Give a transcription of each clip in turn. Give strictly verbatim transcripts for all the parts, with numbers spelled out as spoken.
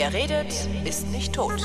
Wer redet, ist nicht tot.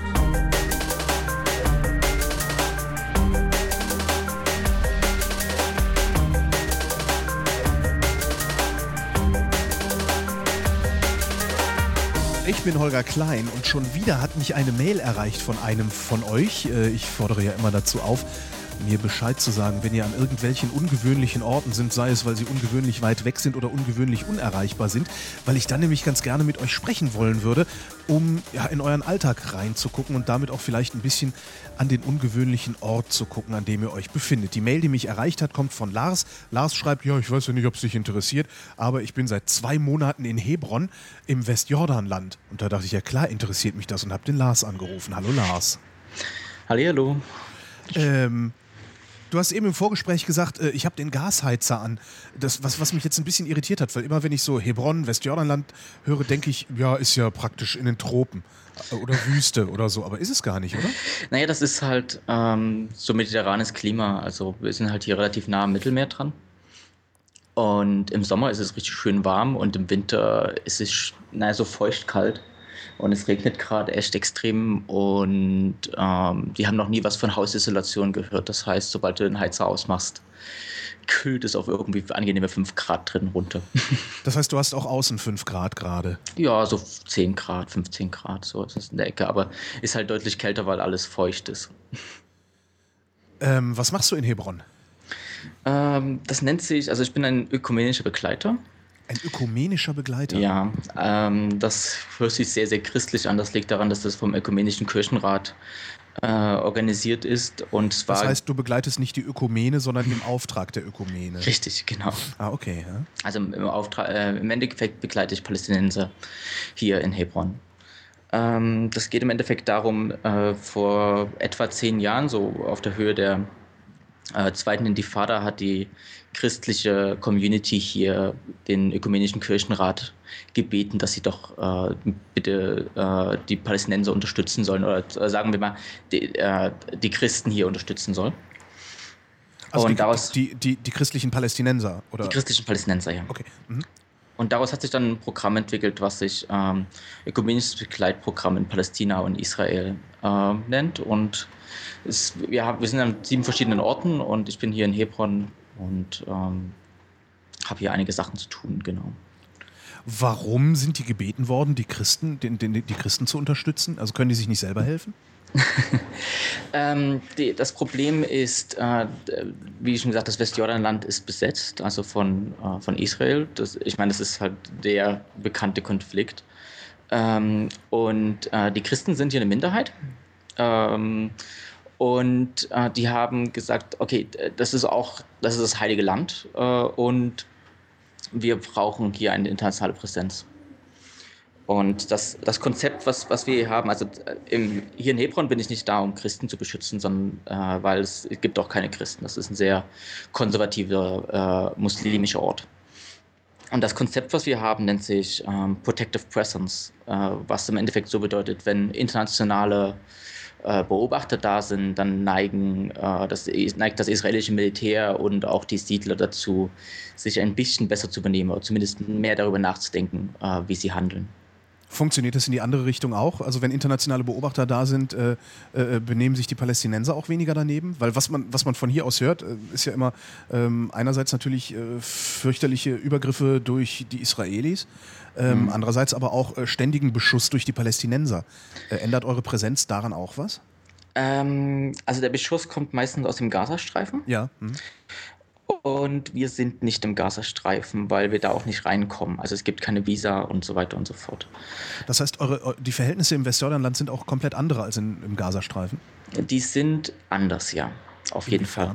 Ich bin Holger Klein und schon wieder hat mich eine Mail erreicht von einem von euch. Ich fordere ja immer dazu auf, mir Bescheid zu sagen, wenn ihr an irgendwelchen ungewöhnlichen Orten sind, sei es, weil sie ungewöhnlich weit weg sind oder ungewöhnlich unerreichbar sind, weil ich dann nämlich ganz gerne mit euch sprechen wollen würde, um ja, in euren Alltag reinzugucken und damit auch vielleicht ein bisschen an den ungewöhnlichen Ort zu gucken, an dem ihr euch befindet. Die Mail, die mich erreicht hat, kommt von Lars. Lars schreibt, ja, ich weiß ja nicht, ob es dich interessiert, aber ich bin seit zwei Monaten in Hebron im Westjordanland. Und da dachte ich, ja klar, interessiert mich das und habe den Lars angerufen. Hallo Lars. Hallihallo. Ähm... Du hast eben im Vorgespräch gesagt, äh, ich habe den Gasheizer an. Das, was, was mich jetzt ein bisschen irritiert hat, weil immer wenn ich so Hebron, Westjordanland höre, denke ich, ja, ist ja praktisch in den Tropen oder Wüste oder so. Aber ist es gar nicht, oder? Naja, das ist halt ähm, so mediterranes Klima. Also wir sind halt hier relativ nah am Mittelmeer dran. Und im Sommer ist es richtig schön warm und im Winter ist es naja, so feucht kalt. Und es regnet gerade echt extrem und ähm, die haben noch nie was von Hausisolation gehört. Das heißt, sobald du den Heizer ausmachst, kühlt es auf irgendwie angenehme fünf Grad drin runter. Das heißt, du hast auch außen fünf Grad gerade? Ja, so zehn Grad, fünfzehn Grad, so ist es in der Ecke. Aber ist halt deutlich kälter, weil alles feucht ist. Ähm, was machst du in Hebron? Ähm, das nennt sich, also ich bin ein ökumenischer Begleiter. Ein ökumenischer Begleiter? Ja, ähm, das hört sich sehr, sehr christlich an. Das liegt daran, dass das vom Ökumenischen Kirchenrat äh, organisiert ist. Und zwar, das heißt, du begleitest nicht die Ökumene, sondern im Auftrag der Ökumene. Richtig, genau. Ah, okay. Ja. Also im, Auftrag, äh, im Endeffekt begleite ich Palästinenser hier in Hebron. Ähm, das geht im Endeffekt darum, äh, vor etwa zehn Jahren, so auf der Höhe der äh, zweiten Intifada, hat die christliche Community hier den Ökumenischen Kirchenrat gebeten, dass sie doch äh, bitte äh, die Palästinenser unterstützen sollen oder äh, sagen wir mal, die, äh, die Christen hier unterstützen sollen. Also und die, daraus, die, die, die christlichen Palästinenser? Oder? Die christlichen Palästinenser, ja. Okay. Mhm. Und daraus hat sich dann ein Programm entwickelt, was sich ähm, Ökumenisches Begleitprogramm in Palästina und Israel äh, nennt. Und es, wir, haben, wir sind an sieben verschiedenen Orten und ich bin hier in Hebron und ähm, habe hier einige Sachen zu tun, genau. Warum sind die gebeten worden, die Christen, den, den, die Christen zu unterstützen? Also können die sich nicht selber helfen? ähm, die, das Problem ist, äh, wie schon gesagt, das Westjordanland ist besetzt, also von, äh, von Israel. Das, ich meine, das ist halt der bekannte Konflikt. Ähm, und äh, die Christen sind hier eine Minderheit. Ähm, Und äh, die haben gesagt, okay, das ist auch, das ist das heilige Land äh, und wir brauchen hier eine internationale Präsenz. Und das, das Konzept, was, was wir hier haben, also im, hier in Hebron bin ich nicht da, um Christen zu beschützen, sondern äh, weil es, es gibt auch keine Christen. Das ist ein sehr konservativer äh, muslimischer Ort. Und das Konzept, was wir haben, nennt sich ähm, Protective Presence, äh, was im Endeffekt so bedeutet, wenn internationale Beobachter da sind, dann neigen, äh, das, neigt das israelische Militär und auch die Siedler dazu, sich ein bisschen besser zu benehmen oder zumindest mehr darüber nachzudenken, äh, wie sie handeln. Funktioniert das in die andere Richtung auch? Also wenn internationale Beobachter da sind, äh, äh, benehmen sich die Palästinenser auch weniger daneben? Weil was man, was man von hier aus hört, äh, ist ja immer ähm, einerseits natürlich äh, fürchterliche Übergriffe durch die Israelis, ähm, mhm. andererseits aber auch äh, ständigen Beschuss durch die Palästinenser. Äh, ändert eure Präsenz daran auch was? Ähm, also der Beschuss kommt meistens aus dem Gazastreifen. Ja. Mhm. Und wir sind nicht im Gazastreifen, weil wir da auch nicht reinkommen. Also es gibt keine Visa und so weiter und so fort. Das heißt, eure, die Verhältnisse im Westjordanland sind auch komplett andere als in, im Gazastreifen? Die sind anders, ja. Auf jeden Fall.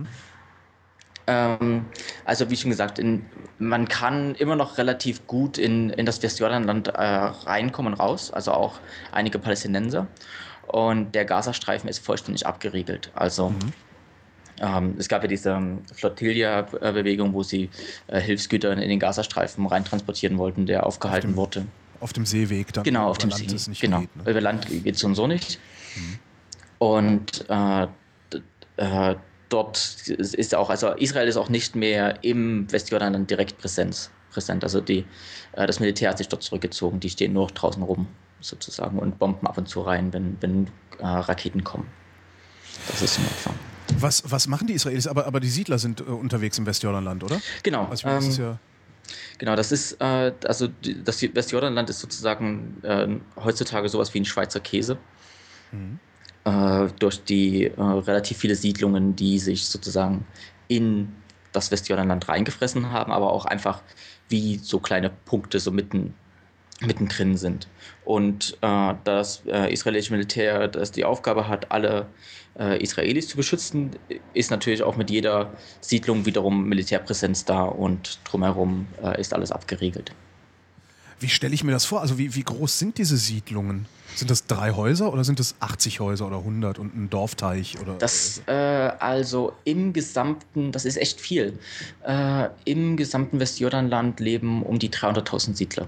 Ähm, also wie schon gesagt, in, man kann immer noch relativ gut in, in das Westjordanland äh, reinkommen und raus. Also auch einige Palästinenser. Und der Gazastreifen ist vollständig abgeriegelt. Also... Mhm. Ähm, es gab ja diese Flottilla-Bewegung, wo sie äh, Hilfsgüter in den Gazastreifen reintransportieren wollten, der aufgehalten auf dem, wurde. Auf dem Seeweg dann? Genau, auf dem Land See. Es nicht genau, geht, ne? Über Land geht es so und so nicht. Mhm. Und äh, d- äh, dort ist auch, also Israel ist auch nicht mehr im Westjordanland direkt Präsenz, präsent. Also die, äh, das Militär hat sich dort zurückgezogen, die stehen nur noch draußen rum. sozusagen und bomben ab und zu rein, wenn, wenn äh, Raketen kommen. Das ist so ein etwa. Was, was machen die Israelis? Aber, aber die Siedler sind äh, unterwegs im Westjordanland, oder? Genau. Also, das ähm, ist ja Genau, das ist, äh, also die, das Westjordanland ist sozusagen äh, heutzutage sowas wie ein Schweizer Käse. Mhm. Äh, durch die äh, relativ viele Siedlungen, die sich sozusagen in das Westjordanland reingefressen haben, aber auch einfach wie so kleine Punkte so mitten, mittendrin sind. Und äh, das äh, israelische Militär, das die Aufgabe hat, alle äh, Israelis zu beschützen, ist natürlich auch mit jeder Siedlung wiederum Militärpräsenz da und drumherum äh, ist alles abgeriegelt. Wie stelle ich mir das vor? Also wie, wie groß sind diese Siedlungen? Sind das drei Häuser oder sind das achtzig Häuser oder hundert und ein Dorfteich? Oder? Das, äh, also im gesamten, das ist echt viel. Äh, Im gesamten Westjordanland leben um die dreihunderttausend Siedler.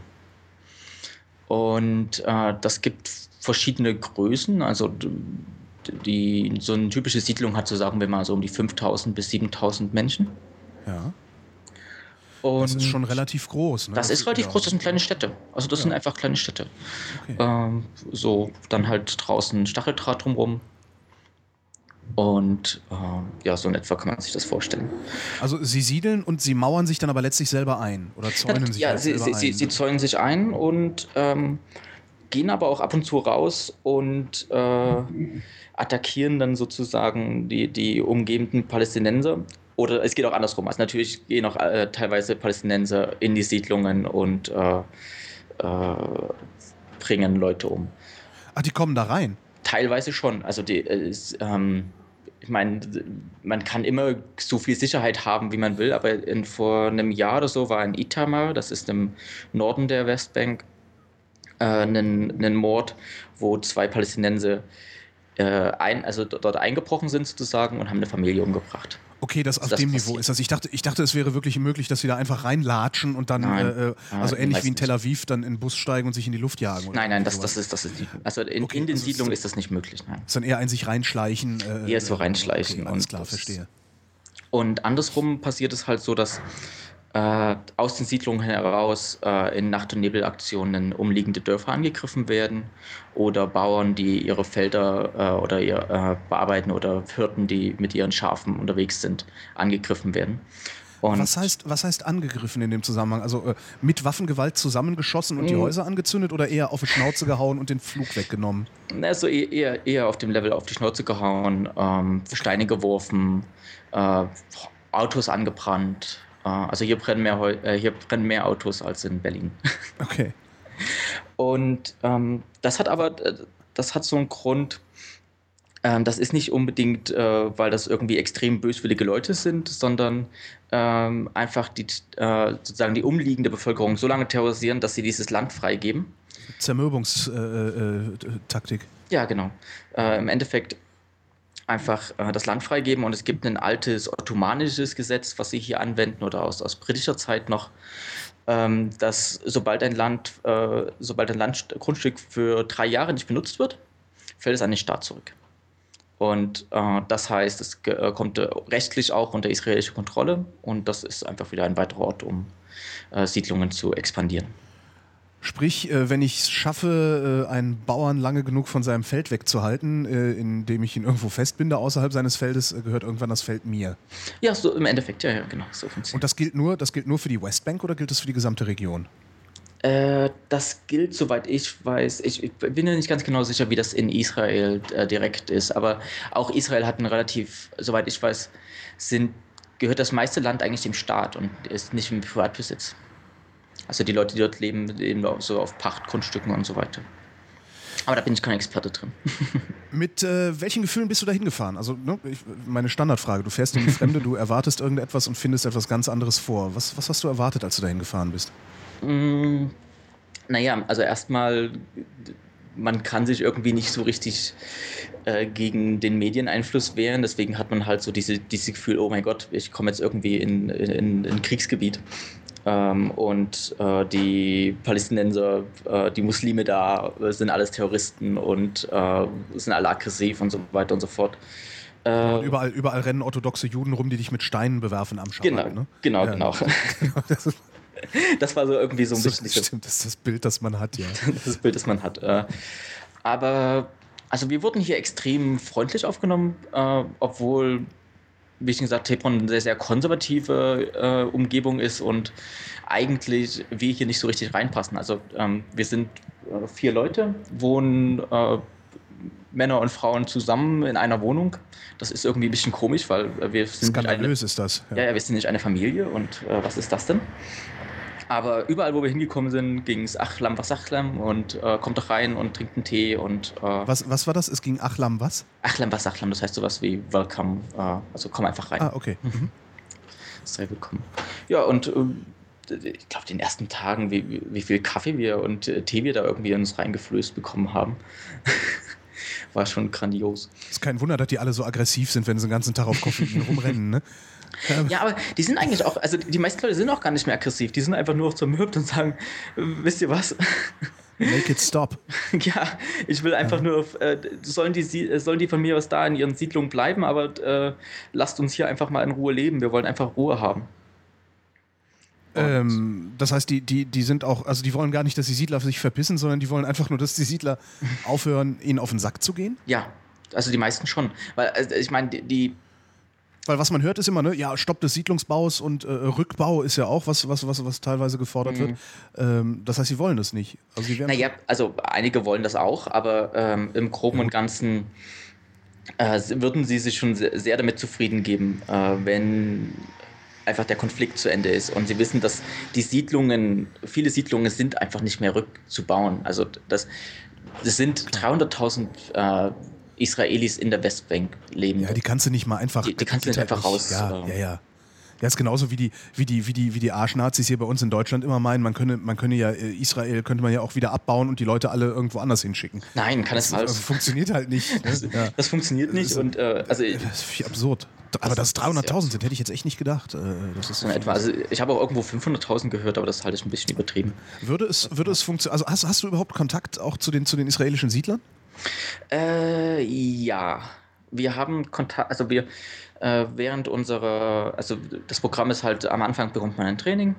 Und äh, das gibt verschiedene Größen. Also die, so eine typische Siedlung hat, so sagen wir mal, so um die fünftausend bis siebentausend Menschen. Ja. Und das ist schon relativ groß. Ne? Das, das ist relativ groß, das sind kleine Städte. Also das ja. sind einfach kleine Städte. Okay. Ähm, so, dann halt draußen Stacheldraht drumherum. Und äh, ja, so in etwa kann man sich das vorstellen. Also sie siedeln und sie mauern sich dann aber letztlich selber ein oder zäunen ja, sich ja, halt sie, selber sie, ein? Sie, sie zäunen sich ein und ähm, gehen aber auch ab und zu raus und äh, attackieren dann sozusagen die, die umgebenden Palästinenser. Oder es geht auch andersrum. Also natürlich gehen auch äh, teilweise Palästinenser in die Siedlungen und äh, äh, bringen Leute um. Ach, die kommen da rein? Teilweise schon. Also die, äh, ist, ähm, ich meine, man kann immer so viel Sicherheit haben, wie man will, aber in, vor einem Jahr oder so war in Itamar, das ist im Norden der Westbank, äh, ein, ein Mord, wo zwei Palästinenser äh, ein, also dort eingebrochen sind sozusagen und haben eine Familie umgebracht. Okay, das auf das dem passiert. Niveau ist das. Ich dachte, ich dachte, es wäre wirklich möglich, dass sie da einfach reinlatschen und dann, nein, äh, also nein, ähnlich wie in Tel Aviv, dann in den Bus steigen und sich in die Luft jagen. Oder nein, nein, das, das ist das ist nicht. Also in, okay, in den also Siedlungen ist, ist das nicht möglich. Nein. Ist dann eher ein sich reinschleichen. Äh, eher so reinschleichen. Okay, alles und klar, das, verstehe. Und andersrum passiert es halt so, dass äh, aus den Siedlungen heraus äh, in Nacht- und Nebelaktionen umliegende Dörfer angegriffen werden oder Bauern, die ihre Felder äh, oder ihr, äh, bearbeiten oder Hirten, die mit ihren Schafen unterwegs sind, angegriffen werden. Und was heißt, was heißt angegriffen in dem Zusammenhang? Also äh, mit Waffengewalt zusammengeschossen und die Häuser angezündet oder eher auf die Schnauze gehauen und den Flug weggenommen? Also eher, eher auf dem Level auf die Schnauze gehauen, ähm, Steine geworfen, äh, Autos angebrannt. Äh, also hier brennen, mehr, äh, hier brennen mehr Autos als in Berlin. Okay. Und ähm, das hat aber, das hat so einen Grund. Das ist nicht unbedingt, äh, weil das irgendwie extrem böswillige Leute sind, sondern ähm, einfach die, äh, sozusagen die umliegende Bevölkerung so lange terrorisieren, dass sie dieses Land freigeben. Zermürbungstaktik. Äh, äh, ja, genau. Äh, Im Endeffekt einfach äh, das Land freigeben und es gibt ein altes ottomanisches Gesetz, was sie hier anwenden oder aus, aus britischer Zeit noch, ähm, dass sobald ein Land, äh, sobald ein Landgrundstück für drei Jahre nicht benutzt wird, fällt es an den Staat zurück. Und äh, das heißt, es äh, kommt äh, rechtlich auch unter israelische Kontrolle und das ist einfach wieder ein weiterer Ort, um äh, Siedlungen zu expandieren. Sprich, äh, wenn ich es schaffe, äh, einen Bauern lange genug von seinem Feld wegzuhalten, äh, indem ich ihn irgendwo festbinde außerhalb seines Feldes, äh, gehört irgendwann das Feld mir. Ja, so im Endeffekt, ja, ja, genau. So funktioniert. Und das gilt nur, das gilt nur für die Westbank oder gilt das für die gesamte Region? Das gilt, soweit ich weiß, ich, ich bin ja nicht ganz genau sicher, wie das in Israel äh, direkt ist, aber auch Israel hat ein relativ, soweit ich weiß, sind, gehört das meiste Land eigentlich dem Staat und ist nicht im Privatbesitz. Also die Leute, die dort leben, leben so auf Pachtgrundstücken und so weiter. Aber da bin ich kein Experte drin. Mit äh, welchen Gefühlen bist du da hingefahren? Also ne, ich, meine Standardfrage, du fährst in die Fremde, du erwartest irgendetwas und findest etwas ganz anderes vor. Was, was hast du erwartet, als du da hingefahren bist? Mm, naja, also erstmal, man kann sich irgendwie nicht so richtig äh, gegen den Medieneinfluss wehren, deswegen hat man halt so diese, dieses Gefühl, oh mein Gott, ich komme jetzt irgendwie in, in, in Kriegsgebiet. Ähm, und äh, die Palästinenser, äh, die Muslime da äh, sind alles Terroristen und äh, sind alle aggressiv und so weiter und so fort. Äh, und überall, überall rennen orthodoxe Juden rum, die dich mit Steinen bewerfen am Schabbat. Genau, ne? genau, ja. genau. Das ist Das war so irgendwie so ein bisschen... Das stimmt, das ist das Bild, das man hat, ja. Das ist das Bild, das man hat. Äh, aber, also wir wurden hier extrem freundlich aufgenommen, äh, obwohl, wie ich gesagt, Hebron eine sehr, sehr konservative äh, Umgebung ist und eigentlich wir hier nicht so richtig reinpassen. Also ähm, wir sind äh, vier Leute, wohnen äh, Männer und Frauen zusammen in einer Wohnung. Das ist irgendwie ein bisschen komisch, weil wir sind skandalös eine, ist das. Ja. ja, ja, wir sind nicht eine Familie und äh, was ist das denn? Aber überall, wo wir hingekommen sind, ging es Achlam was Achlam und äh, kommt doch rein und trinkt einen Tee und... Äh, was, was war das? Es ging Achlam was? Achlam was Achlam, das heißt sowas wie Welcome, äh, also komm einfach rein. Ah, okay. Mhm. Sei willkommen. Ja, und äh, ich glaube, den ersten Tagen, wie, wie viel Kaffee wir und äh, Tee wir da irgendwie in uns reingeflößt bekommen haben, war schon grandios. Ist kein Wunder, dass die alle so aggressiv sind, wenn sie den ganzen Tag auf Koffein rumrennen, ne? Ja, aber die sind eigentlich auch, also die meisten Leute sind auch gar nicht mehr aggressiv. Die sind einfach nur auf zermürbt und sagen, wisst ihr was? Make it stop. Ja, ich will einfach ja. nur, äh, sollen, die, sollen die von mir aus da in ihren Siedlungen bleiben, aber äh, lasst uns hier einfach mal in Ruhe leben. Wir wollen einfach Ruhe haben. Ähm, das heißt, die, die, die sind auch, also die wollen gar nicht, dass die Siedler sich verpissen, sondern die wollen einfach nur, dass die Siedler aufhören, ihnen auf den Sack zu gehen? Ja, also die meisten schon. Weil, also ich meine, die, die Weil was man hört ist immer, ne, ja, Stopp des Siedlungsbaus und äh, Rückbau ist ja auch was, was, was, was teilweise gefordert mhm. wird. Ähm, das heißt, sie wollen das nicht. Also sie naja, also einige wollen das auch, aber ähm, im Groben ja. und Ganzen äh, würden sie sich schon sehr, sehr damit zufrieden geben, äh, wenn einfach der Konflikt zu Ende ist und sie wissen, dass die Siedlungen, viele Siedlungen sind einfach nicht mehr rückzubauen. Also das, das sind dreihunderttausend äh, Israelis in der Westbank leben. Ja, die kannst du nicht mal einfach... Die, die kannst du nicht einfach raus... Ja, ja, ja. Ja, ist genauso wie die, wie die, wie die, wie die Arschnazis hier bei uns in Deutschland immer meinen, man könne, man könne ja, Israel könnte man ja auch wieder abbauen und die Leute alle irgendwo anders hinschicken. Nein, kann es falsch. Das funktioniert halt nicht. Ne? Das, ja. das funktioniert nicht. Das, und, äh, also, das ist viel absurd. Aber dass es dreihunderttausend sind, hätte ich jetzt echt nicht gedacht. Das ist so etwa. Also ich habe auch irgendwo fünfhunderttausend gehört, aber das halte ich ein bisschen übertrieben. Würde es, würde es funktionieren? Also hast, hast du überhaupt Kontakt auch zu den, zu den israelischen Siedlern? Äh, ja. Wir haben Kontakt, also wir äh, während unserer, also das Programm ist halt, am Anfang bekommt man ein Training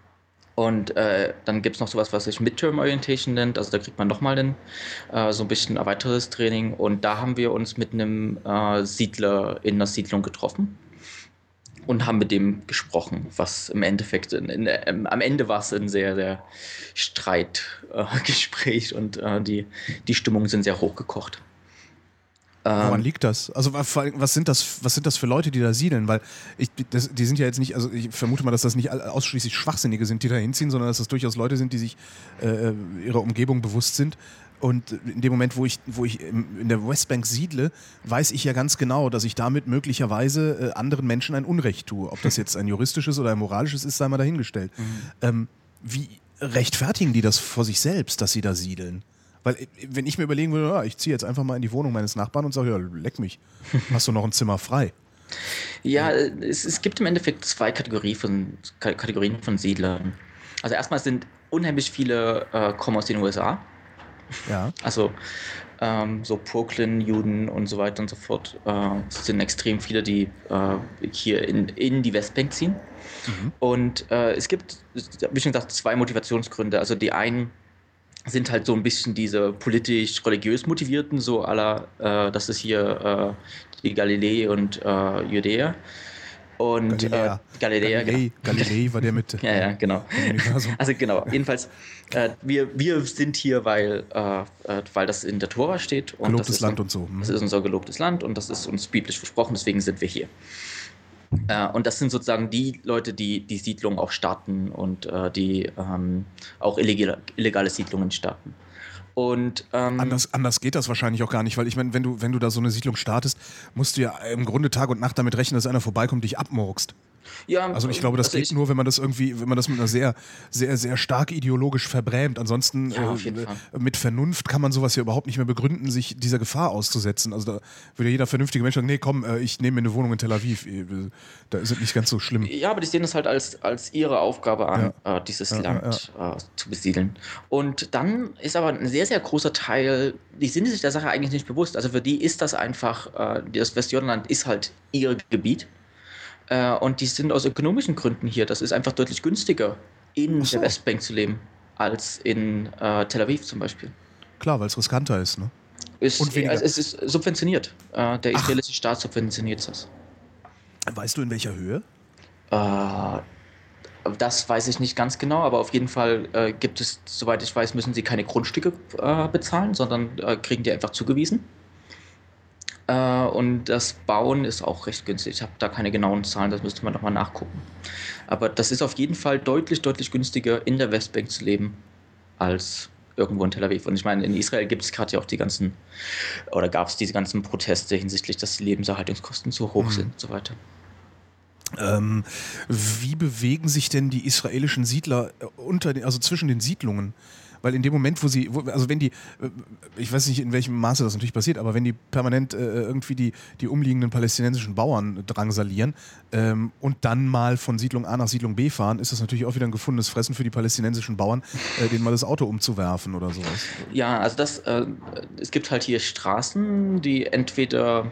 und äh, dann gibt es noch sowas, was sich Midterm Orientation nennt, also da kriegt man nochmal äh, so ein bisschen erweitertes Training und da haben wir uns mit einem äh, Siedler in der Siedlung getroffen und haben mit dem gesprochen, was im Endeffekt, in, in, in, am Ende war es ein sehr, sehr Streitgespräch äh, und äh, die, die Stimmungen sind sehr hochgekocht. Woran liegt das? Also was sind das, was sind das für Leute, die da siedeln? Weil ich, das, die sind ja jetzt nicht, also ich vermute mal, dass das nicht ausschließlich Schwachsinnige sind, die da hinziehen, sondern dass das durchaus Leute sind, die sich äh, ihrer Umgebung bewusst sind. Und in dem Moment, wo ich, wo ich in der Westbank siedle, weiß ich ja ganz genau, dass ich damit möglicherweise äh, anderen Menschen ein Unrecht tue. Ob das jetzt ein juristisches oder ein moralisches ist, sei mal dahingestellt. Mhm. Ähm, wie rechtfertigen die das vor sich selbst, dass sie da siedeln? Weil, wenn ich mir überlegen würde, ja, ich ziehe jetzt einfach mal in die Wohnung meines Nachbarn und sage, ja, leck mich, hast du noch ein Zimmer frei? Ja, es, es gibt im Endeffekt zwei Kategorien von, Kategorien von Siedlern. Also erstmal sind unheimlich viele, äh, kommen aus den U S A. Ja. Also ähm, so Brooklyn-Juden und so weiter und so fort. Äh, es sind extrem viele, die äh, hier in, in die Westbank ziehen. Mhm. Und äh, es gibt, wie schon gesagt, zwei Motivationsgründe. Also die einen sind halt so ein bisschen diese politisch-religiös motivierten, so aller, äh, das ist hier äh, die Galiläa und äh, Judäa. Und Galilea. Äh, Galiläa, Galilei, genau. Galilei war der mit. Ja, ja, genau. Also genau, jedenfalls, äh, wir, wir sind hier, weil, äh, weil das in der Tora steht. Und gelobtes das ist Land un- und so. Hm. Das ist unser gelobtes Land und das ist uns biblisch versprochen, deswegen sind wir hier. Äh, und das sind sozusagen die Leute, die die Siedlung auch starten und äh, die ähm, auch illegale, illegale Siedlungen starten. Und, ähm, anders, anders geht das wahrscheinlich auch gar nicht, weil ich meine, wenn du, wenn du da so eine Siedlung startest, musst du ja im Grunde Tag und Nacht damit rechnen, dass einer vorbeikommt, dich abmurkst. Ja, also ich glaube, das also geht ich, nur, wenn man das irgendwie, wenn man das mit einer sehr, sehr, sehr stark ideologisch verbrämt. Ansonsten ja, äh, mit Vernunft kann man sowas ja überhaupt nicht mehr begründen, sich dieser Gefahr auszusetzen. Also da würde jeder vernünftige Mensch sagen, nee, komm, äh, ich nehme mir eine Wohnung in Tel Aviv. Da ist es nicht ganz so schlimm. Ja, aber die sehen das halt als, als ihre Aufgabe an, ja. äh, dieses ja, Land ja, ja. Äh, zu besiedeln. Und dann ist aber ein sehr, sehr großer Teil, die sind sich der Sache eigentlich nicht bewusst. Also für die ist das einfach, äh, das Westjordanland ist halt ihr Gebiet. Und die sind aus ökonomischen Gründen hier. Das ist einfach deutlich günstiger in so. der Westbank zu leben, als in äh, Tel Aviv zum Beispiel. Klar, weil es riskanter ist, ne? Ist, Und weniger. also es ist subventioniert. Äh, der Ach. israelische Staat subventioniert das. Weißt du, in welcher Höhe? Äh, das weiß ich nicht ganz genau, aber auf jeden Fall äh, gibt es, soweit ich weiß, müssen sie keine Grundstücke äh, bezahlen, sondern äh, kriegen die einfach zugewiesen. Äh, und das Bauen ist auch recht günstig. Ich habe da keine genauen Zahlen, das müsste man nochmal nachgucken. Aber das ist auf jeden Fall deutlich, deutlich günstiger, in der Westbank zu leben, als irgendwo in Tel Aviv. Und ich meine, in Israel gibt es gerade ja auch die ganzen, oder gab es diese ganzen Proteste hinsichtlich, dass die Lebenserhaltungskosten zu hoch mhm. sind und so weiter. Ähm, wie bewegen sich denn die israelischen Siedler unter den, also zwischen den Siedlungen? Weil in dem Moment, wo sie, wo, also wenn die, ich weiß nicht, in welchem Maße das natürlich passiert, aber wenn die permanent äh, irgendwie die, die umliegenden palästinensischen Bauern drangsalieren ähm, und dann mal von Siedlung A nach Siedlung B fahren, ist das natürlich auch wieder ein gefundenes Fressen für die palästinensischen Bauern, äh, denen mal das Auto umzuwerfen oder sowas. Ja, also das, äh, es gibt halt hier Straßen, die entweder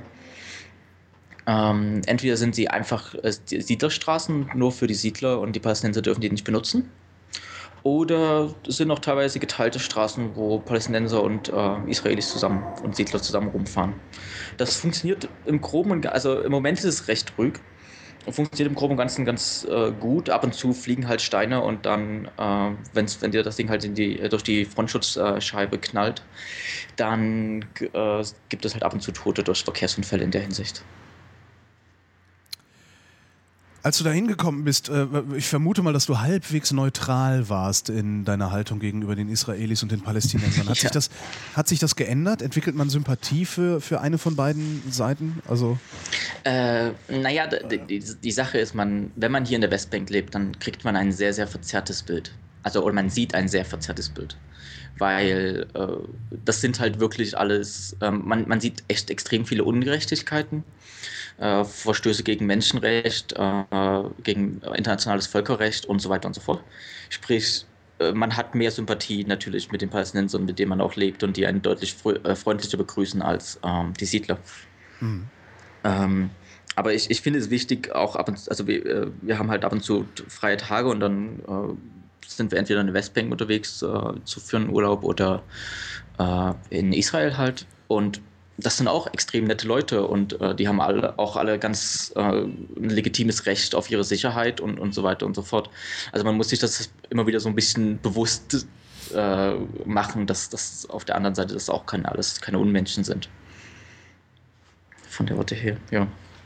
Ähm, entweder sind sie einfach äh, Siedlerstraßen nur für die Siedler und die Palästinenser dürfen die nicht benutzen, oder es sind auch teilweise geteilte Straßen, wo Palästinenser und äh, Israelis zusammen und Siedler zusammen rumfahren. Das funktioniert im Groben und also im Moment ist es recht ruhig. Funktioniert im Groben und Ganzen ganz äh, gut. Ab und zu fliegen halt Steine und dann, äh, wenn's, wenn dir das Ding halt in die, äh, durch die Frontschutzscheibe knallt, dann äh, gibt es halt ab und zu Tote durch Verkehrsunfälle in der Hinsicht. Als du da hingekommen bist, äh, ich vermute mal, dass du halbwegs neutral warst in deiner Haltung gegenüber den Israelis und den Palästinensern. Hat, ja. sich, das, hat sich das geändert? Entwickelt man Sympathie für, für eine von beiden Seiten? Also äh, naja, die, die, die Sache ist, man, wenn man hier in der Westbank lebt, dann kriegt man ein sehr, sehr verzerrtes Bild. Also, oder man sieht ein sehr verzerrtes Bild. Weil äh, das sind halt wirklich alles, äh, man, man sieht echt extrem viele Ungerechtigkeiten. Äh, Verstöße gegen Menschenrecht, äh, gegen internationales Völkerrecht und so weiter und so fort. Sprich, äh, man hat mehr Sympathie natürlich mit den Palästinensern, mit denen man auch lebt und die einen deutlich frö- äh, freundlicher begrüßen als ähm, die Siedler. Mhm. Ähm, aber ich, ich finde es wichtig, auch ab und zu, also wir, äh, wir haben halt ab und zu freie Tage und dann äh, sind wir entweder in der Westbank unterwegs äh, zu für einen Urlaub oder äh, in Israel halt, und das sind auch extrem nette Leute und äh, die haben alle, auch alle ganz äh, ein legitimes Recht auf ihre Sicherheit und, und so weiter und so fort. Also man muss sich das immer wieder so ein bisschen bewusst äh, machen, dass das auf der anderen Seite das auch keine, alles keine Unmenschen sind. Von der Warte her, ja.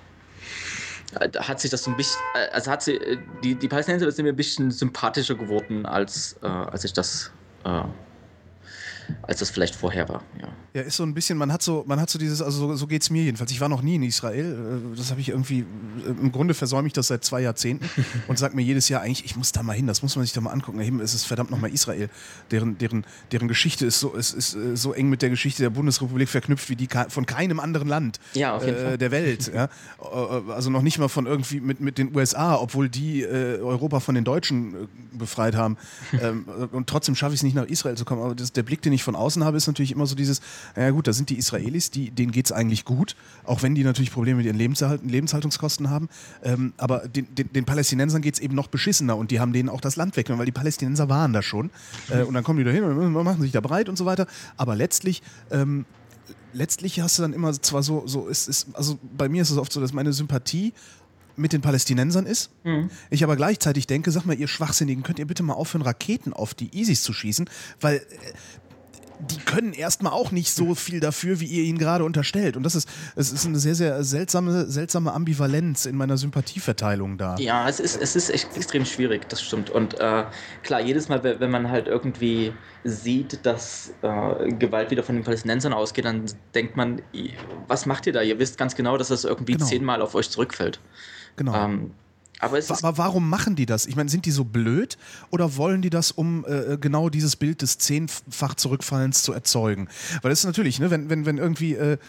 Da hat sich das so ein bisschen, also hat sie, die, die Palästinenser sind mir ein bisschen sympathischer geworden, als, äh, als ich das äh, als das vielleicht vorher war, ja. Ja, ist so ein bisschen, man hat so, man hat so dieses, also so, so geht es mir jedenfalls. Ich war noch nie in Israel, das habe ich irgendwie, im Grunde versäume ich das seit zwei Jahrzehnten und sage mir jedes Jahr eigentlich, ich muss da mal hin, das muss man sich da mal angucken. Es ist verdammt nochmal Israel, deren, deren, deren Geschichte ist so, ist, ist so eng mit der Geschichte der Bundesrepublik verknüpft wie die von keinem anderen Land ja, auf jeden äh, Fall. der Welt. Ja? Also noch nicht mal von irgendwie mit, mit den U S A, obwohl die äh, Europa von den Deutschen äh, befreit haben. ähm, und trotzdem schaffe ich es nicht, nach Israel zu kommen. Aber das, der Blick, den ich von außen habe, ist natürlich immer so dieses, ja gut, da sind die Israelis, die, denen geht es eigentlich gut, auch wenn die natürlich Probleme mit ihren Lebenserhalt, Lebenshaltungskosten haben, ähm, aber den, den, den Palästinensern geht es eben noch beschissener und die haben denen auch das Land weggenommen, weil die Palästinenser waren da schon äh, und dann kommen die da hin und machen sich da breit und so weiter, aber letztlich ähm, letztlich hast du dann immer zwar so, so ist, ist, also bei mir ist es oft so, dass meine Sympathie mit den Palästinensern ist. Mhm. Ich aber gleichzeitig denke, sag mal, ihr Schwachsinnigen, könnt ihr bitte mal aufhören, Raketen auf die ISIS zu schießen, weil äh, die können erstmal auch nicht so viel dafür, wie ihr ihnen gerade unterstellt. Und das ist, es ist eine sehr, sehr seltsame, seltsame Ambivalenz in meiner Sympathieverteilung da. Ja, es ist, es ist echt extrem schwierig, das stimmt. Und äh, klar, jedes Mal, wenn man halt irgendwie sieht, dass äh, Gewalt wieder von den Palästinensern ausgeht, dann denkt man, was macht ihr da? Ihr wisst ganz genau, dass das irgendwie genau. zehnmal auf euch zurückfällt. Genau. Ähm, Aber, es aber warum machen die das? Ich meine, sind die so blöd oder wollen die das, um äh, genau dieses Bild des zehnfach Zurückfallens zu erzeugen? Weil das ist natürlich, ne, wenn, wenn, wenn irgendwie, äh,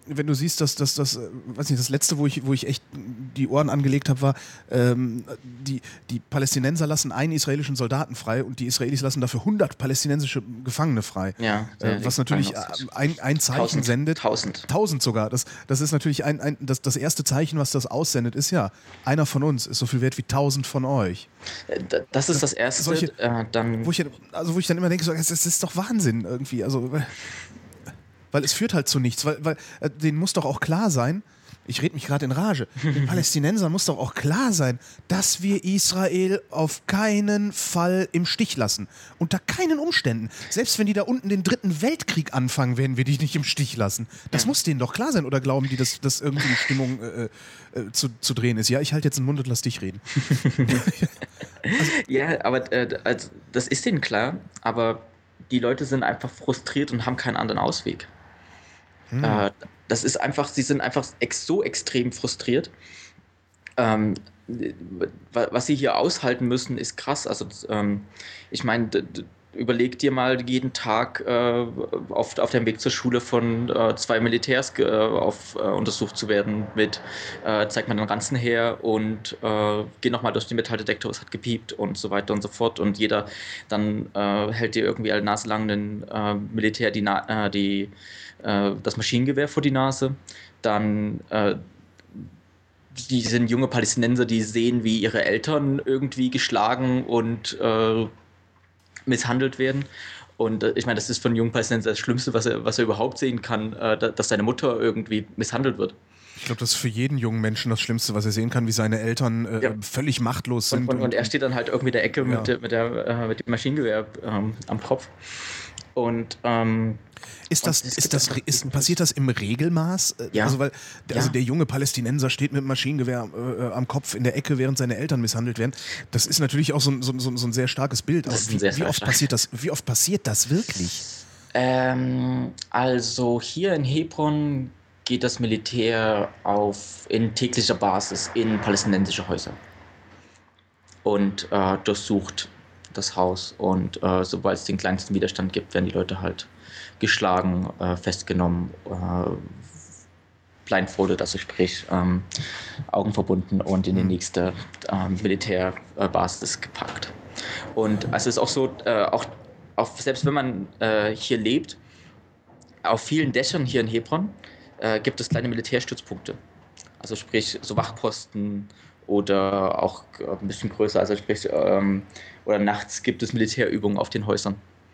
wenn du siehst, dass das, das, weiß nicht, das letzte, wo ich, wo ich echt die Ohren angelegt habe, war, ähm, die, die Palästinenser lassen einen israelischen Soldaten frei und die Israelis lassen dafür hundert palästinensische Gefangene frei. Ja, äh, was natürlich ein, ein Zeichen tausend, sendet. Tausend. Tausend sogar. Das, das ist natürlich ein, ein, das, das erste Zeichen, was das aussendet, ist ja, einer von uns ist so viel wert wie tausend von euch. Das ist das Erste. Solche, äh, dann wo, ich, also wo ich dann immer denke, so, das, das ist doch Wahnsinn irgendwie. Also, weil es führt halt zu nichts. Weil, weil äh, denen muss doch auch klar sein, ich rede mich gerade in Rage, den Palästinensern muss doch auch klar sein, dass wir Israel auf keinen Fall im Stich lassen. Unter keinen Umständen. Selbst wenn die da unten den dritten Weltkrieg anfangen, werden wir die nicht im Stich lassen. Das ja. muss denen doch klar sein. Oder glauben die, dass, dass irgendwie die Stimmung äh, äh, zu, zu drehen ist? Ja, ich halte jetzt den Mund und lass dich reden. also, ja, aber äh, also, das ist denen klar, aber die Leute sind einfach frustriert und haben keinen anderen Ausweg. Hm. Äh, das ist einfach, sie sind einfach ex- so extrem frustriert. Ähm, was sie hier aushalten müssen, ist krass. Also ähm, ich meine, d- d- überleg dir mal jeden Tag äh, auf, auf dem Weg zur Schule von äh, zwei Militärs äh, auf, äh, untersucht zu werden mit, äh, zeig mal den Ranzen her und äh, geh nochmal durch den Metalldetektor, es hat gepiept und so weiter und so fort. Und jeder dann äh, hält dir irgendwie alle Nase lang den äh, Militär die, Na- äh, die äh, das Maschinengewehr vor die Nase. Dann äh, die sind junge Palästinenser, die sehen, wie ihre Eltern irgendwie geschlagen und äh, misshandelt werden. Und äh, ich meine, das ist von jungen Palästinensern das Schlimmste, was er, was er überhaupt sehen kann, äh, dass seine Mutter irgendwie misshandelt wird. Ich glaube, das ist für jeden jungen Menschen das Schlimmste, was er sehen kann, wie seine Eltern äh, ja. völlig machtlos sind. Und, und, und er steht dann halt irgendwie in der Ecke ja. mit, der, mit, der, äh, mit dem Maschinengewehr ähm, am Kopf. Und ähm, Ist das, und ist das, ist, passiert das im Regelmaß? Ja. Also, weil also ja. der junge Palästinenser steht mit dem Maschinengewehr äh, am Kopf in der Ecke, während seine Eltern misshandelt werden. Das ist natürlich auch so ein, so, so, so ein sehr starkes Bild. Das ist wie, sehr, wie, oft stark. passiert das, wie oft passiert das wirklich? Ähm, also hier in Hebron geht das Militär auf in täglicher Basis in palästinensische Häuser und äh, durchsucht das Haus. Und äh, sobald es den kleinsten Widerstand gibt, werden die Leute halt geschlagen, äh, festgenommen, äh, blindfolded, also sprich ähm, Augen verbunden und in die nächste äh, Militärbasis gepackt. Und also es ist auch so, äh, auch, auch selbst wenn man äh, hier lebt, auf vielen Dächern hier in Hebron äh, gibt es kleine Militärstützpunkte. Also sprich so Wachposten oder auch ein bisschen größer, also sprich ähm, oder nachts gibt es Militärübungen auf den Häusern.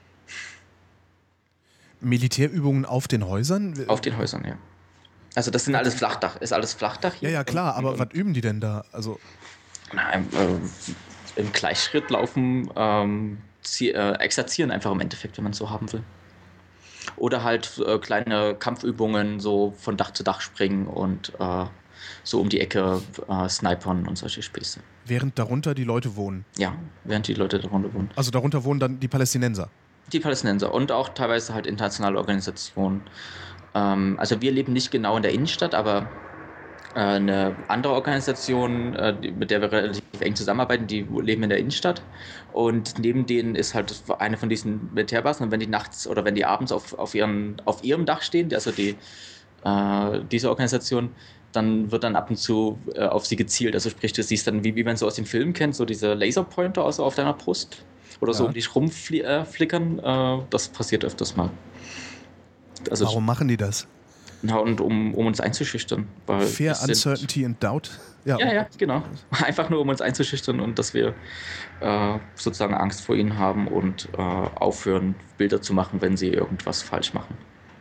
Militärübungen auf den Häusern? Auf den Häusern, ja. Also das sind alles Flachdach, ist alles Flachdach hier. Ja, ja, klar, aber und, was üben die denn da? Also na, im, äh, im Gleichschritt laufen, ähm, zie- äh, exerzieren einfach im Endeffekt, wenn man es so haben will. Oder halt äh, kleine Kampfübungen, so von Dach zu Dach springen und äh, so um die Ecke äh, snipern und solche Späße. Während darunter die Leute wohnen? Ja, während die Leute darunter wohnen. Also darunter wohnen dann die Palästinenser? Die Palästinenser und auch teilweise halt internationale Organisationen. Ähm, also wir leben nicht genau in der Innenstadt, aber äh, eine andere Organisation, äh, die, mit der wir relativ eng zusammenarbeiten, die leben in der Innenstadt. Und neben denen ist halt eine von diesen Militärbasen. Und wenn die nachts oder wenn die abends auf, auf, ihren, auf ihrem Dach stehen, also die, äh, diese Organisation, dann wird dann ab und zu äh, auf sie gezielt. Also sprich, du siehst dann, wie, wie man so aus dem Film kennt, so diese Laserpointer also auf deiner Brust. Oder ja. so um dich rumflickern, äh, das passiert öfters mal. Also, warum machen die das? Na, und um, um uns einzuschüchtern. Weil Fear, sind, Uncertainty and Doubt? Ja, ja, ja, genau. Einfach nur, um uns einzuschüchtern und dass wir äh, sozusagen Angst vor ihnen haben und äh, aufhören, Bilder zu machen, wenn sie irgendwas falsch machen.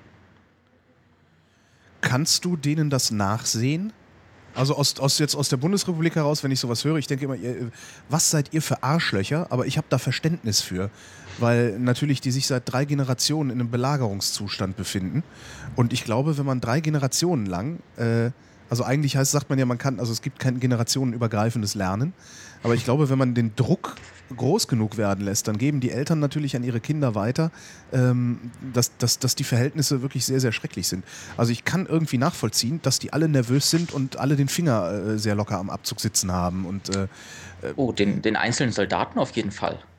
Kannst du denen das nachsehen? Also aus, aus, jetzt aus der Bundesrepublik heraus, wenn ich sowas höre, ich denke immer, ihr, was seid ihr für Arschlöcher? Aber ich habe da Verständnis für, weil natürlich die sich seit drei Generationen in einem Belagerungszustand befinden. Und ich glaube, wenn man drei Generationen lang, äh, also eigentlich heißt, sagt man ja, man kann, also es gibt kein generationenübergreifendes Lernen, aber ich glaube, wenn man den Druck groß genug werden lässt, dann geben die Eltern natürlich an ihre Kinder weiter, ähm, dass, dass, dass die Verhältnisse wirklich sehr, sehr schrecklich sind. Also ich kann irgendwie nachvollziehen, dass die alle nervös sind und alle den Finger äh, sehr locker am Abzug sitzen haben. Und, äh, oh, den, den einzelnen Soldaten auf jeden Fall.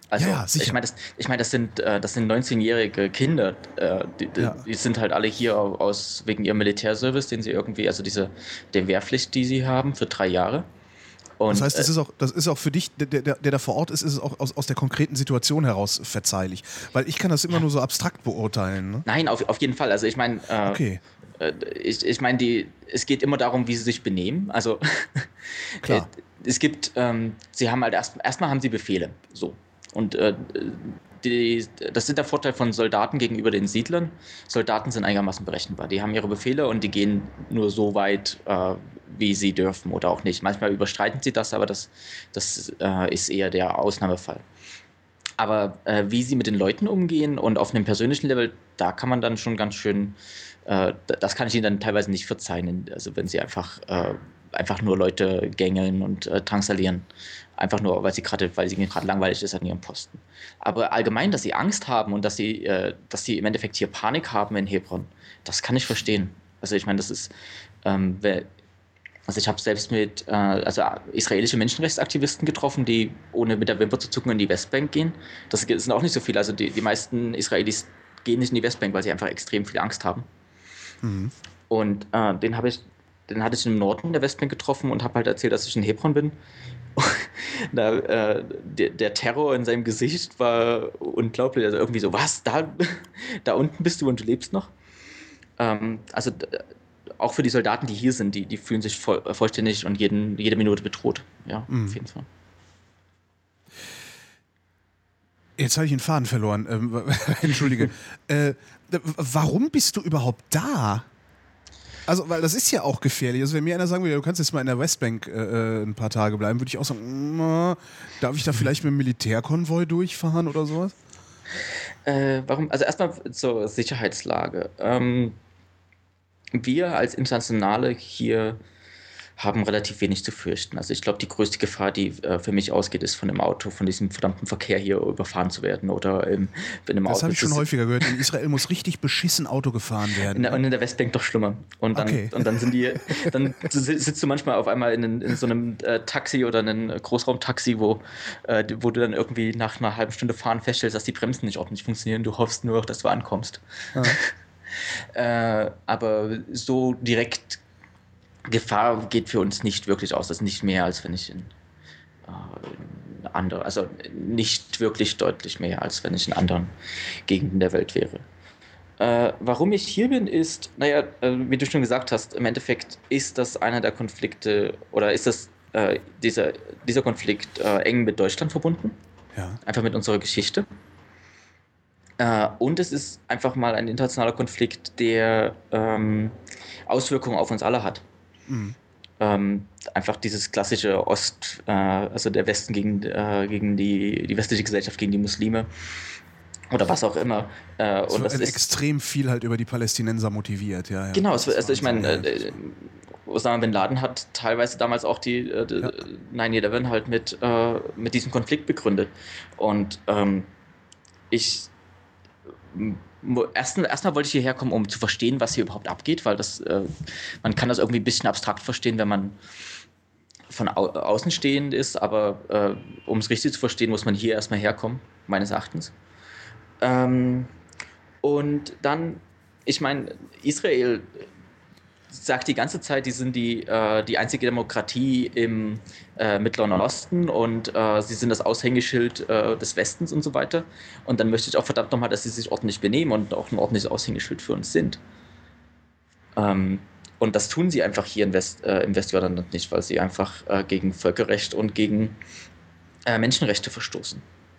Also ja, ja, sicher. ich meine, das, ich mein, das sind äh, das sind neunzehnjährige Kinder, äh, die, die, Ja. die sind halt alle hier aus wegen ihrem Militärservice, den sie irgendwie, also diese der Wehrpflicht, die sie haben für drei Jahre. Und, Das heißt, das äh, ist auch, das ist auch für dich, der, der, der da vor Ort ist, ist es auch aus, aus der konkreten Situation heraus verzeihlich. Weil ich kann das immer nur so abstrakt beurteilen. Ne? Nein, auf, auf jeden Fall. Also ich meine, äh, Okay. äh, ich, ich meine, die, es geht immer darum, wie sie sich benehmen. Also Klar. es gibt, ähm, sie haben halt erst, erstmal haben sie Befehle. So. Und äh, die, das ist der Vorteil von Soldaten gegenüber den Siedlern. Soldaten sind einigermaßen berechenbar. Die haben ihre Befehle und die gehen nur so weit, äh, wie sie dürfen oder auch nicht. Manchmal überstreiten sie das, aber das, das äh, ist eher der Ausnahmefall. Aber äh, wie sie mit den Leuten umgehen und auf einem persönlichen Level, da kann man dann schon ganz schön, äh, das kann ich ihnen dann teilweise nicht verzeihen. Also wenn sie einfach, äh, einfach nur Leute gängeln und äh, drangsalieren. Einfach nur, weil sie gerade, weil sie gerade langweilig ist an ihrem Posten. Aber allgemein, dass sie Angst haben und dass sie, äh, dass sie im Endeffekt hier Panik haben in Hebron, das kann ich verstehen. Also ich meine, das ist, ähm, wer, also ich habe selbst mit äh, also israelische Menschenrechtsaktivisten getroffen, die ohne mit der Wimper zu zucken in die Westbank gehen. Das sind auch nicht so viele. Also die, die meisten Israelis gehen nicht in die Westbank, weil sie einfach extrem viel Angst haben. Mhm. Und äh, den habe ich, den hatte ich im Norden der Westbank getroffen und habe halt erzählt, dass ich in Hebron bin. Da, äh, der, der Terror in seinem Gesicht war unglaublich. Also irgendwie so, was? Da, da unten bist du und du lebst noch? Ähm, also auch für die Soldaten, die hier sind, die, die fühlen sich voll, vollständig und jeden, jede Minute bedroht. Ja, mhm. auf jeden Fall. Jetzt habe ich den Faden verloren. Ähm, Entschuldige. äh, warum bist du überhaupt da? Also, weil das ist ja auch gefährlich. Also, wenn mir einer sagen würde, du kannst jetzt mal in der Westbank äh, ein paar Tage bleiben, würde ich auch sagen, na, darf ich da vielleicht mit dem Militärkonvoi durchfahren oder sowas? Äh, warum? Also erstmal zur Sicherheitslage. Ähm, wir als Internationale hier haben relativ wenig zu fürchten. Also ich glaube, die größte Gefahr, die äh, für mich ausgeht, ist von dem Auto, von diesem verdammten Verkehr hier überfahren zu werden oder im, in einem Auto. Das habe ich schon häufiger gehört. In Israel muss richtig beschissen Auto gefahren werden. In der, und in der Westbank doch schlimmer. Und dann, okay. und dann sind die, dann sitzt du manchmal auf einmal in, in so einem äh, Taxi oder einem Großraumtaxi, wo, äh, wo du dann irgendwie nach einer halben Stunde Fahren feststellst, dass die Bremsen nicht ordentlich funktionieren. Du hoffst nur, dass du ankommst. Ja. äh, aber so direkt Gefahr geht für uns nicht wirklich aus. Das ist nicht mehr, als wenn ich in, äh, in andere, also nicht wirklich deutlich mehr, als wenn ich in anderen Gegenden der Welt wäre. Äh, warum ich hier bin, ist, naja, äh, wie du schon gesagt hast, im Endeffekt ist das einer der Konflikte oder ist das äh, dieser, dieser Konflikt äh, eng mit Deutschland verbunden. Ja. Einfach mit unserer Geschichte. Äh, und es ist einfach mal ein internationaler Konflikt, der ähm, Auswirkungen auf uns alle hat. Mhm. Ähm, einfach dieses klassische Ost, äh, also der Westen gegen, äh, gegen die, die westliche Gesellschaft gegen die Muslime oder was auch immer. Äh, und das ist extrem viel halt über die Palästinenser motiviert, ja. ja. Genau, also, also ich meine, äh, Osama Bin Laden hat teilweise damals auch die äh, ja. neun elf halt mit, äh, mit diesem Konflikt begründet. Und ähm, ich Erstmal, erstmal wollte ich hierher kommen, um zu verstehen, was hier überhaupt abgeht, weil das, äh, man kann das irgendwie ein bisschen abstrakt verstehen, wenn man von au- außen stehend ist, aber äh, um es richtig zu verstehen, muss man hier erstmal herkommen, meines Erachtens. Ähm, und dann, ich meine, Israel sagt die ganze Zeit, die sind die, äh, die einzige Demokratie im äh, Mittleren Osten und äh, sie sind das Aushängeschild äh, des Westens und so weiter. Und dann möchte ich auch verdammt nochmal, dass sie sich ordentlich benehmen und auch ein ordentliches Aushängeschild für uns sind. Ähm, und das tun sie einfach hier im, West, äh, im Westjordanland nicht, weil sie einfach äh, gegen Völkerrecht und gegen äh, Menschenrechte verstoßen.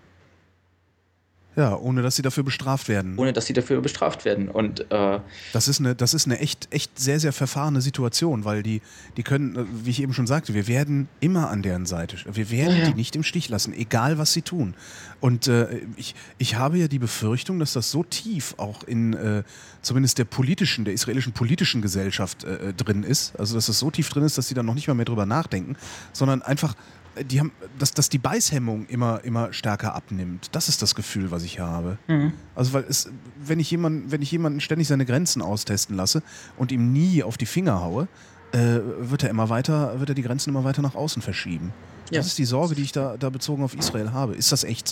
Ja, ohne dass sie dafür bestraft werden. Ohne dass sie dafür bestraft werden. Und, äh, das ist eine, das ist eine echt, echt sehr, sehr verfahrene Situation, weil die, die können, wie ich eben schon sagte, wir werden immer an deren Seite. Wir werden ja, ja. die nicht im Stich lassen, egal was sie tun. Und äh, ich, ich habe ja die Befürchtung, dass das so tief auch in äh, zumindest der politischen, der israelischen politischen Gesellschaft äh, drin ist, also dass das so tief drin ist, dass sie dann noch nicht mal mehr drüber nachdenken, sondern einfach die haben, dass, dass die Beißhemmung immer, immer stärker abnimmt. Das ist das Gefühl, was ich habe. Mhm. Also weil es, wenn ich jemanden, wenn ich jemanden ständig seine Grenzen austesten lasse und ihm nie auf die Finger haue, äh, wird er immer weiter, wird er die Grenzen immer weiter nach außen verschieben. Ja. Das ist die Sorge, die ich da, da bezogen auf Israel habe. Ist das echt so?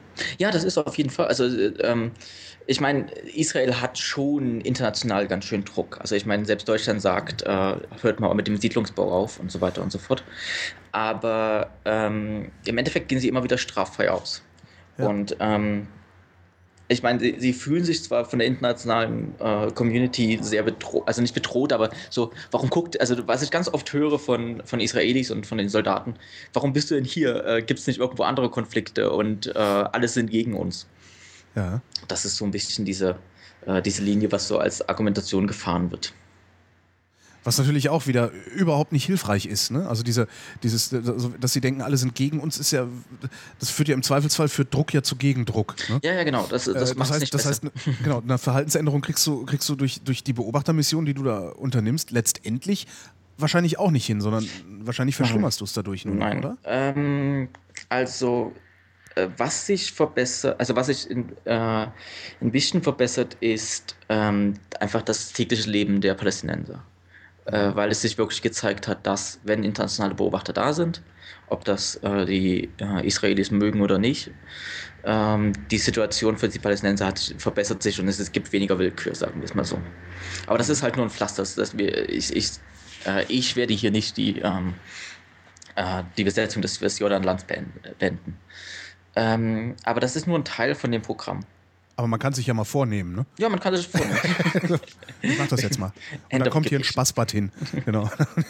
Ja, das ist auf jeden Fall. Also ähm, ich meine, Israel hat schon international ganz schön Druck. Also ich meine, selbst Deutschland sagt, äh, hört mal auch mit dem Siedlungsbau auf und so weiter und so fort. Aber ähm, im Endeffekt gehen sie immer wieder straffrei aus. Ja. Und ähm, ich meine, sie, sie fühlen sich zwar von der internationalen äh, Community sehr bedroht, also nicht bedroht, aber so, warum guckt, also was ich ganz oft höre von, von Israelis und von den Soldaten, warum bist du denn hier? Äh, Gibt es nicht irgendwo andere Konflikte und äh, alles sind gegen uns? Ja. Das ist so ein bisschen diese, äh, diese Linie, was so als Argumentation gefahren wird. Was natürlich auch wieder überhaupt nicht hilfreich ist. Ne? Also diese, dieses, dass sie denken, alle sind gegen uns, ist ja, das führt ja im Zweifelsfall für Druck ja zu Gegendruck. Ne? Ja, ja, genau. Das, das, das macht es nicht das besser. heißt, genau, eine Verhaltensänderung kriegst du, kriegst du durch, durch die Beobachtermission, die du da unternimmst, letztendlich wahrscheinlich auch nicht hin, sondern wahrscheinlich verschlimmerst du es dadurch nur, Nein. oder? Ähm, also was sich verbessert, also was sich in, äh, ein bisschen verbessert, ist ähm, einfach das tägliche Leben der Palästinenser. Äh, weil es sich wirklich gezeigt hat, dass, wenn internationale Beobachter da sind, ob das äh, die äh, Israelis mögen oder nicht, ähm, die Situation für die Palästinenser hat, verbessert sich und es, es gibt weniger Willkür, sagen wir es mal so. Aber das ist halt nur ein Pflaster. Das wir, ich, ich, äh, ich werde hier nicht die, ähm, äh, die Besetzung des Westjordanlands beenden. Ähm, aber das ist nur ein Teil von dem Programm. Aber man kann sich ja mal vornehmen, ne? Ja, man kann sich vornehmen. Ich mach das jetzt mal. Und dann kommt hier ein Spaßbad hin. Genau.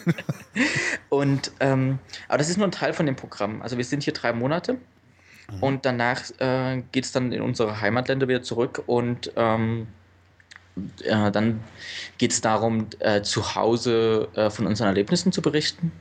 Und, ähm, aber das ist nur ein Teil von dem Programm. Also wir sind hier drei Monate mhm. und danach äh, geht es dann in unsere Heimatländer wieder zurück und ähm, äh, dann geht es darum, äh, zu Hause äh, von unseren Erlebnissen zu berichten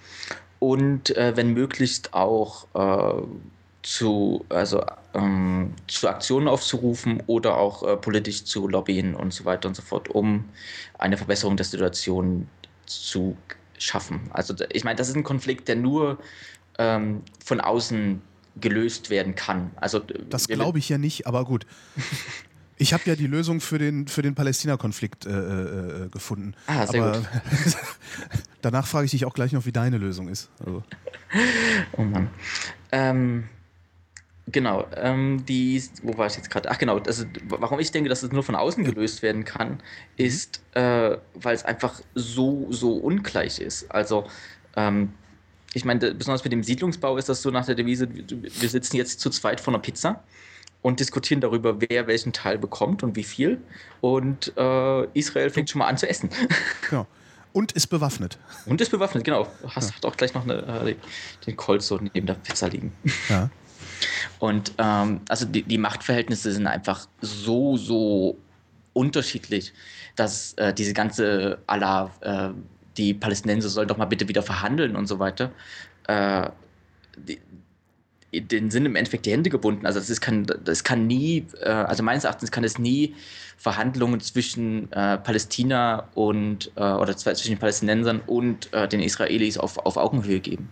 und äh, wenn möglichst auch äh, zu, also, ähm, zu Aktionen aufzurufen oder auch äh, politisch zu lobbyen und so weiter und so fort, um eine Verbesserung der Situation zu schaffen. Also ich meine, das ist ein Konflikt, der nur ähm, von außen gelöst werden kann. Also, das glaube ich ja nicht, aber gut. Ich habe ja die Lösung für den, für den Palästina-Konflikt äh, äh, gefunden. Ah, sehr aber gut. Danach frage ich dich auch gleich noch, wie deine Lösung ist. Also. Oh Mann. Ähm, Genau, ähm, die, wo war ich jetzt gerade? Ach genau, also, warum ich denke, dass es nur von außen gelöst werden kann, ist, äh, weil es einfach so, so ungleich ist. Also, ähm, ich meine, besonders mit dem Siedlungsbau ist das so nach der Devise, wir sitzen jetzt zu zweit vor einer Pizza und diskutieren darüber, wer welchen Teil bekommt und wie viel. Und äh, Israel fängt schon mal an zu essen. Genau. Und ist bewaffnet. Und ist bewaffnet, genau. Hast ja. Hat auch gleich noch eine, äh, den Colt so neben der Pizza liegen. Ja. Und ähm, also die, die Machtverhältnisse sind einfach so, so unterschiedlich, dass äh, diese ganze Allah, äh, die Palästinenser sollen doch mal bitte wieder verhandeln und so weiter, äh, die, den sind im Endeffekt die Hände gebunden. Also das, ist, kann, das kann nie, äh, also meines Erachtens kann es nie Verhandlungen zwischen äh, Palästina und, äh, oder zwischen den Palästinensern und äh, den Israelis auf, auf Augenhöhe geben.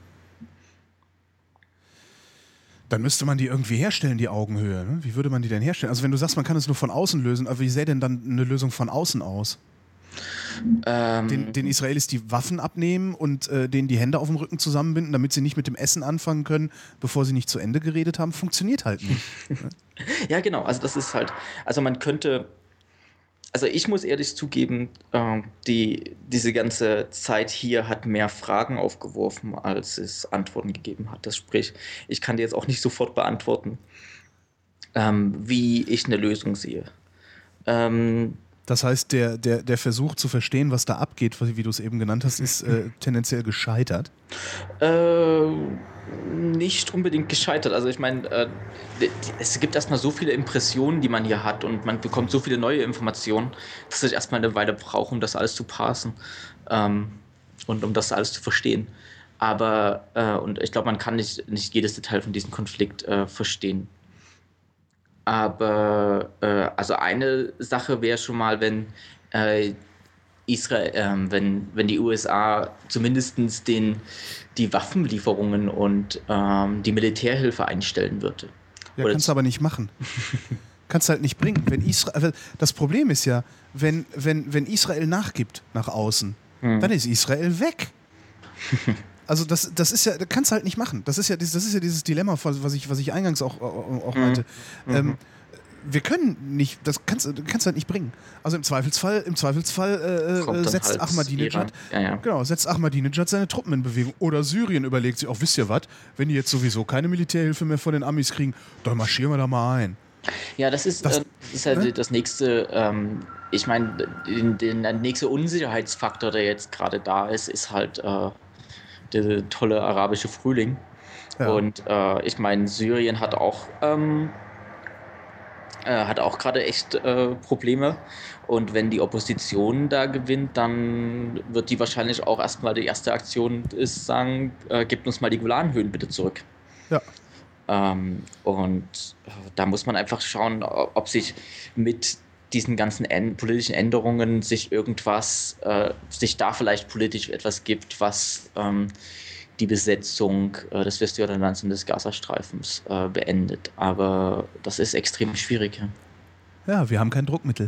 Dann müsste man die irgendwie herstellen, die Augenhöhe. Ne? Wie würde man die denn herstellen? Also wenn du sagst, man kann es nur von außen lösen, aber wie sähe denn dann eine Lösung von außen aus? Ähm, den, den Israelis die Waffen abnehmen und äh, denen die Hände auf dem Rücken zusammenbinden, damit sie nicht mit dem Essen anfangen können, bevor sie nicht zu Ende geredet haben, funktioniert halt nicht. Ne? Ja, genau. Also das ist halt, also man könnte, also ich muss ehrlich zugeben, äh, die, diese ganze Zeit hier hat mehr Fragen aufgeworfen, als es Antworten gegeben hat. Das sprich, ich kann dir jetzt auch nicht sofort beantworten, ähm, wie ich eine Lösung sehe. Ähm, Das heißt, der, der, der Versuch zu verstehen, was da abgeht, wie du es eben genannt hast, ist äh, tendenziell gescheitert? Äh, nicht unbedingt gescheitert. Also ich meine, äh, es gibt erstmal so viele Impressionen, die man hier hat und man bekommt so viele neue Informationen, dass es erstmal eine Weile braucht, um das alles zu parsen ähm, und um das alles zu verstehen. Aber, äh, und ich glaube, man kann nicht, nicht jedes Detail von diesem Konflikt äh, verstehen. Aber äh, also eine Sache wäre schon mal, wenn äh, Israel, äh, wenn, wenn die U S A zumindest den, die Waffenlieferungen und ähm, die Militärhilfe einstellen würde. Ja, kannst du aber nicht machen. Kannst halt nicht bringen. Wenn Israel, das Problem ist ja, wenn, wenn, wenn Israel nachgibt nach außen, hm. dann ist Israel weg. Also das, das ist ja, das kannst du halt nicht machen. Das ist ja, das ist ja dieses Dilemma, was ich, was ich eingangs auch, auch meinte. Mhm. Ähm, wir können nicht, das kannst du kannst halt nicht bringen. Also im Zweifelsfall, im Zweifelsfall äh, setzt halt Ahmadinejad, ja, ja. genau, setzt Ahmadinejad seine Truppen in Bewegung. Oder Syrien überlegt sich auch, wisst ihr was, wenn die jetzt sowieso keine Militärhilfe mehr von den Amis kriegen, dann marschieren wir da mal ein. Ja, das ist das, äh, das, ist halt ne? das nächste, ähm, ich meine, der nächste Unsicherheitsfaktor, der jetzt gerade da ist, ist halt äh, der tolle arabische Frühling. Ja. Und äh, ich meine, Syrien hat auch ähm, äh, hat auch gerade echt äh, Probleme. Und wenn die Opposition da gewinnt, dann wird die wahrscheinlich auch erstmal die erste Aktion ist, sagen, äh, gebt uns mal die Golanhöhen bitte zurück. Ja. Ähm, und äh, da muss man einfach schauen, ob sich mit diesen ganzen en- politischen Änderungen sich irgendwas, äh, sich da vielleicht politisch etwas gibt, was ähm, die Besetzung äh, des Westjordanlands und des Gazastreifens äh, beendet. Aber das ist extrem schwierig. Ja, ja, wir haben kein Druckmittel.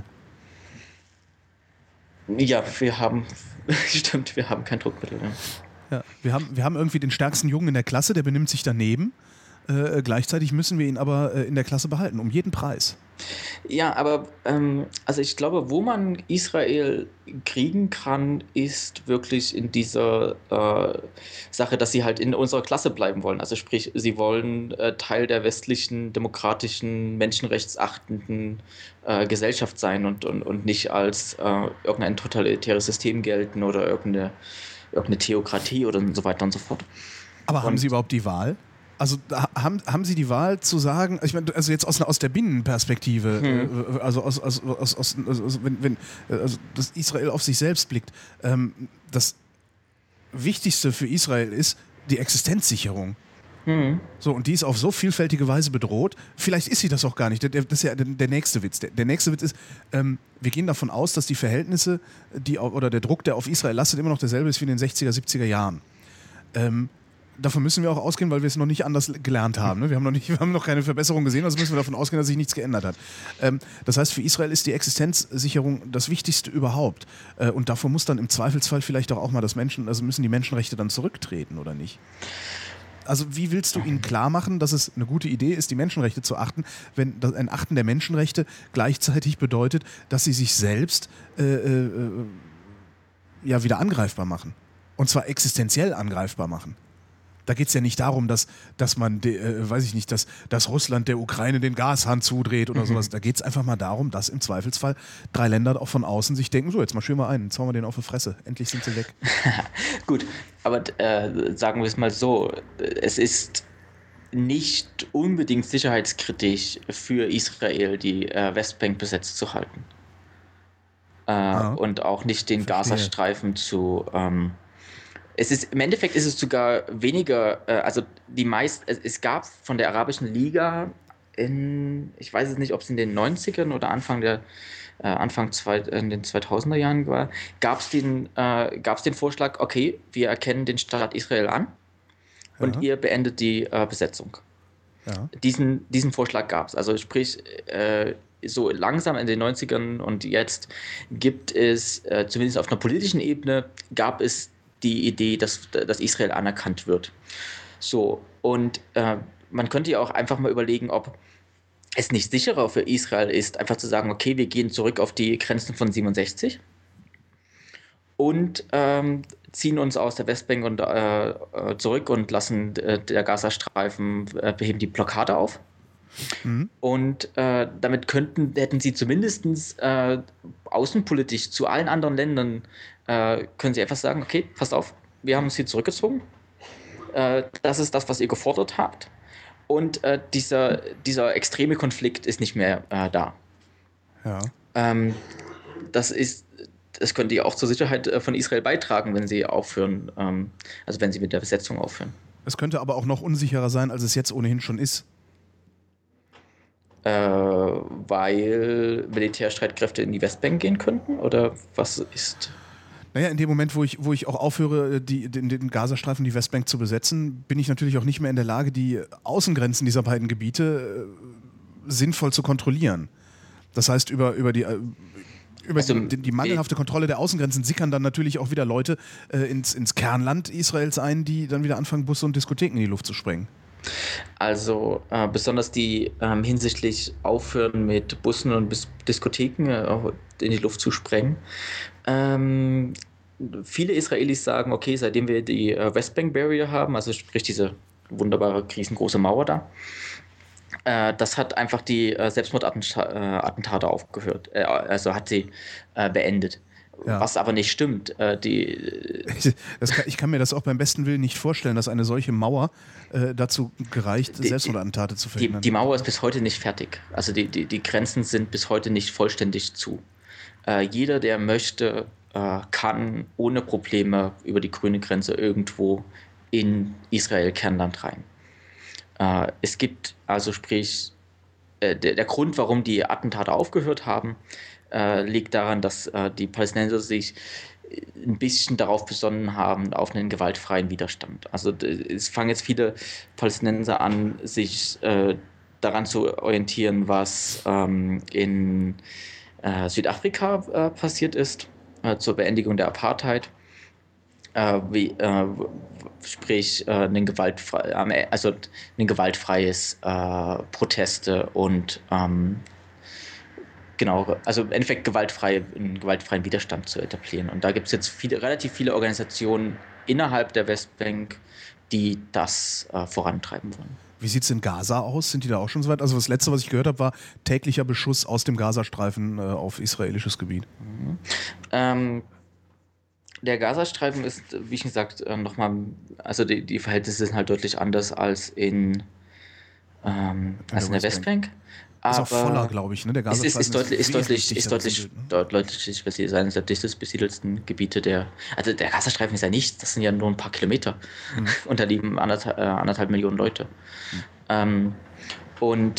Ja, wir haben, stimmt, wir haben kein Druckmittel. Ja. Ja, wir haben, wir haben irgendwie den stärksten Jungen in der Klasse, der benimmt sich daneben. Äh, gleichzeitig müssen wir ihn aber äh, in der Klasse behalten, um jeden Preis. Ja, aber ähm, also ich glaube, wo man Israel kriegen kann, ist wirklich in dieser äh, Sache, dass sie halt in unserer Klasse bleiben wollen. Also sprich, sie wollen äh, Teil der westlichen, demokratischen, menschenrechtsachtenden äh, Gesellschaft sein und, und, und nicht als äh, irgendein totalitäres System gelten oder irgendeine, irgendeine Theokratie oder so weiter und so fort. Aber und haben sie überhaupt die Wahl? Also haben, haben Sie die Wahl zu sagen, ich meine, also jetzt aus, aus der Binnenperspektive, hm. äh, also, aus, aus, aus, aus, also wenn, wenn also das Israel auf sich selbst blickt, ähm, das Wichtigste für Israel ist die Existenzsicherung. Hm. So, und die ist auf so vielfältige Weise bedroht. Vielleicht ist sie das auch gar nicht. Das ist ja der, der nächste Witz. Der, der nächste Witz ist, ähm, wir gehen davon aus, dass die Verhältnisse, die oder der Druck, der auf Israel lastet, immer noch derselbe ist wie in den sechziger, siebziger Jahren. Ähm, Davon müssen wir auch ausgehen, weil wir es noch nicht anders gelernt haben. Ne? Wir haben noch nicht, wir haben noch keine Verbesserung gesehen, also müssen wir davon ausgehen, dass sich nichts geändert hat. Ähm, das heißt, für Israel ist die Existenzsicherung das Wichtigste überhaupt. Äh, und davor muss dann im Zweifelsfall vielleicht auch, auch mal das Menschen, also müssen die Menschenrechte dann zurücktreten, oder nicht? Also wie willst du ihnen klar machen, dass es eine gute Idee ist, die Menschenrechte zu achten, wenn das ein Achten der Menschenrechte gleichzeitig bedeutet, dass sie sich selbst äh, äh, ja wieder angreifbar machen? Und zwar existenziell angreifbar machen. Da geht es ja nicht darum, dass, dass man, de, äh, weiß ich nicht, dass, dass Russland der Ukraine den Gashahn zudreht oder mhm. sowas. Da geht es einfach mal darum, dass im Zweifelsfall drei Länder auch von außen sich denken, so, jetzt marschieren wir ein, jetzt hauen wir den auf die Fresse. Endlich sind sie weg. Gut, aber äh, sagen wir es mal so, es ist nicht unbedingt sicherheitskritisch für Israel, die äh, Westbank besetzt zu halten. Äh, ah, und auch nicht den verstehe. Gazastreifen zu... Ähm, Es ist, im Endeffekt ist es sogar weniger, äh, also die meist, es, es gab von der Arabischen Liga in, ich weiß es nicht, ob es in den neunzigern oder Anfang der, äh, Anfang zwei, in den zweitausender Jahren war, gab es den, äh, gab's den Vorschlag, okay, wir erkennen den Staat Israel an und ja. ihr beendet die äh, Besetzung. Ja. Diesen, diesen Vorschlag gab es. Also sprich, äh, so langsam in den neunzigern und jetzt gibt es, äh, zumindest auf einer politischen Ebene, gab es die Idee, dass, dass Israel anerkannt wird. So, und äh, man könnte ja auch einfach mal überlegen, ob es nicht sicherer für Israel ist, einfach zu sagen, okay, wir gehen zurück auf die Grenzen von siebenundsechzig und ähm, ziehen uns aus der Westbank und, äh, zurück und lassen äh, der Gazastreifen, äh, beheben die Blockade auf. Mhm. Und äh, damit könnten, hätten sie zumindest äh, außenpolitisch zu allen anderen Ländern äh, können sie einfach sagen, okay, passt auf, wir haben uns hier zurückgezogen. Äh, das ist das, was ihr gefordert habt. Und äh, dieser, dieser extreme Konflikt ist nicht mehr äh, da. Ja. Ähm, das ist, das könnte ja auch zur Sicherheit äh, von Israel beitragen, wenn sie aufhören, ähm, also wenn sie mit der Besetzung aufhören. Es könnte aber auch noch unsicherer sein, als es jetzt ohnehin schon ist. Äh, weil Militärstreitkräfte in die Westbank gehen könnten? Oder was ist... Naja, in dem Moment, wo ich, wo ich auch aufhöre, die, den, den Gazastreifen, die Westbank zu besetzen, bin ich natürlich auch nicht mehr in der Lage, die Außengrenzen dieser beiden Gebiete äh, sinnvoll zu kontrollieren. Das heißt, über, über, die, äh, Über Also, die, die mangelhafte Kontrolle der Außengrenzen sickern dann natürlich auch wieder Leute äh, ins, ins Kernland Israels ein, die dann wieder anfangen, Busse und Diskotheken in die Luft zu sprengen. Also äh, besonders die ähm, hinsichtlich Aufhören mit Bussen und Bis Diskotheken äh, in die Luft zu sprengen. Ähm, viele Israelis sagen, okay, seitdem wir die äh, Westbank Barrier haben, also sprich diese wunderbare riesengroße Mauer da, äh, das hat einfach die äh, Selbstmordattentate aufgehört, äh, also hat sie äh, beendet. Ja. Was aber nicht stimmt. Äh, die, das kann, ich kann mir das auch beim besten Willen nicht vorstellen, dass eine solche Mauer äh, dazu gereicht, die, Selbstmordattentate zu verhindern. Die, die Mauer ist bis heute nicht fertig. Also die, die, die Grenzen sind bis heute nicht vollständig zu. Äh, jeder, der möchte, äh, kann ohne Probleme über die grüne Grenze irgendwo in Israel-Kernland rein. Äh, es gibt also sprich, äh, der, der Grund, warum die Attentate aufgehört haben, Äh, liegt daran, dass äh, die Palästinenser sich ein bisschen darauf besonnen haben, auf einen gewaltfreien Widerstand. Also es fangen jetzt viele Palästinenser an, sich äh, daran zu orientieren, was ähm, in äh, Südafrika äh, passiert ist, äh, zur Beendigung der Apartheid. Äh, wie, äh, sprich, äh, ein, gewaltfrei, also ein gewaltfreies äh, Proteste und ähm, Genau, also im Endeffekt gewaltfrei, einen gewaltfreien Widerstand zu etablieren. Und da gibt es jetzt viele, relativ viele Organisationen innerhalb der Westbank, die das äh, vorantreiben wollen. Wie sieht es in Gaza aus? Sind die da auch schon so weit? Also das Letzte, was ich gehört habe, war täglicher Beschuss aus dem Gazastreifen äh, auf israelisches Gebiet. Mhm. Ähm, der Gazastreifen ist, wie schon gesagt, äh, nochmal, also die, die Verhältnisse sind halt deutlich anders als in, ähm, als in der Westbank. Ist auch voller, glaube ich, ne? Der Gazastreifen ist, ist, deutlich, ist deutlich, ist deutlich, ne? deutlich besiedelt, eines der dichtest besiedelsten Gebiete der. Also der Gazastreifen ist ja nichts, das sind ja nur ein paar Kilometer. Mhm. Und da leben anderthalb, äh, anderthalb Millionen Leute. Mhm. Ähm, und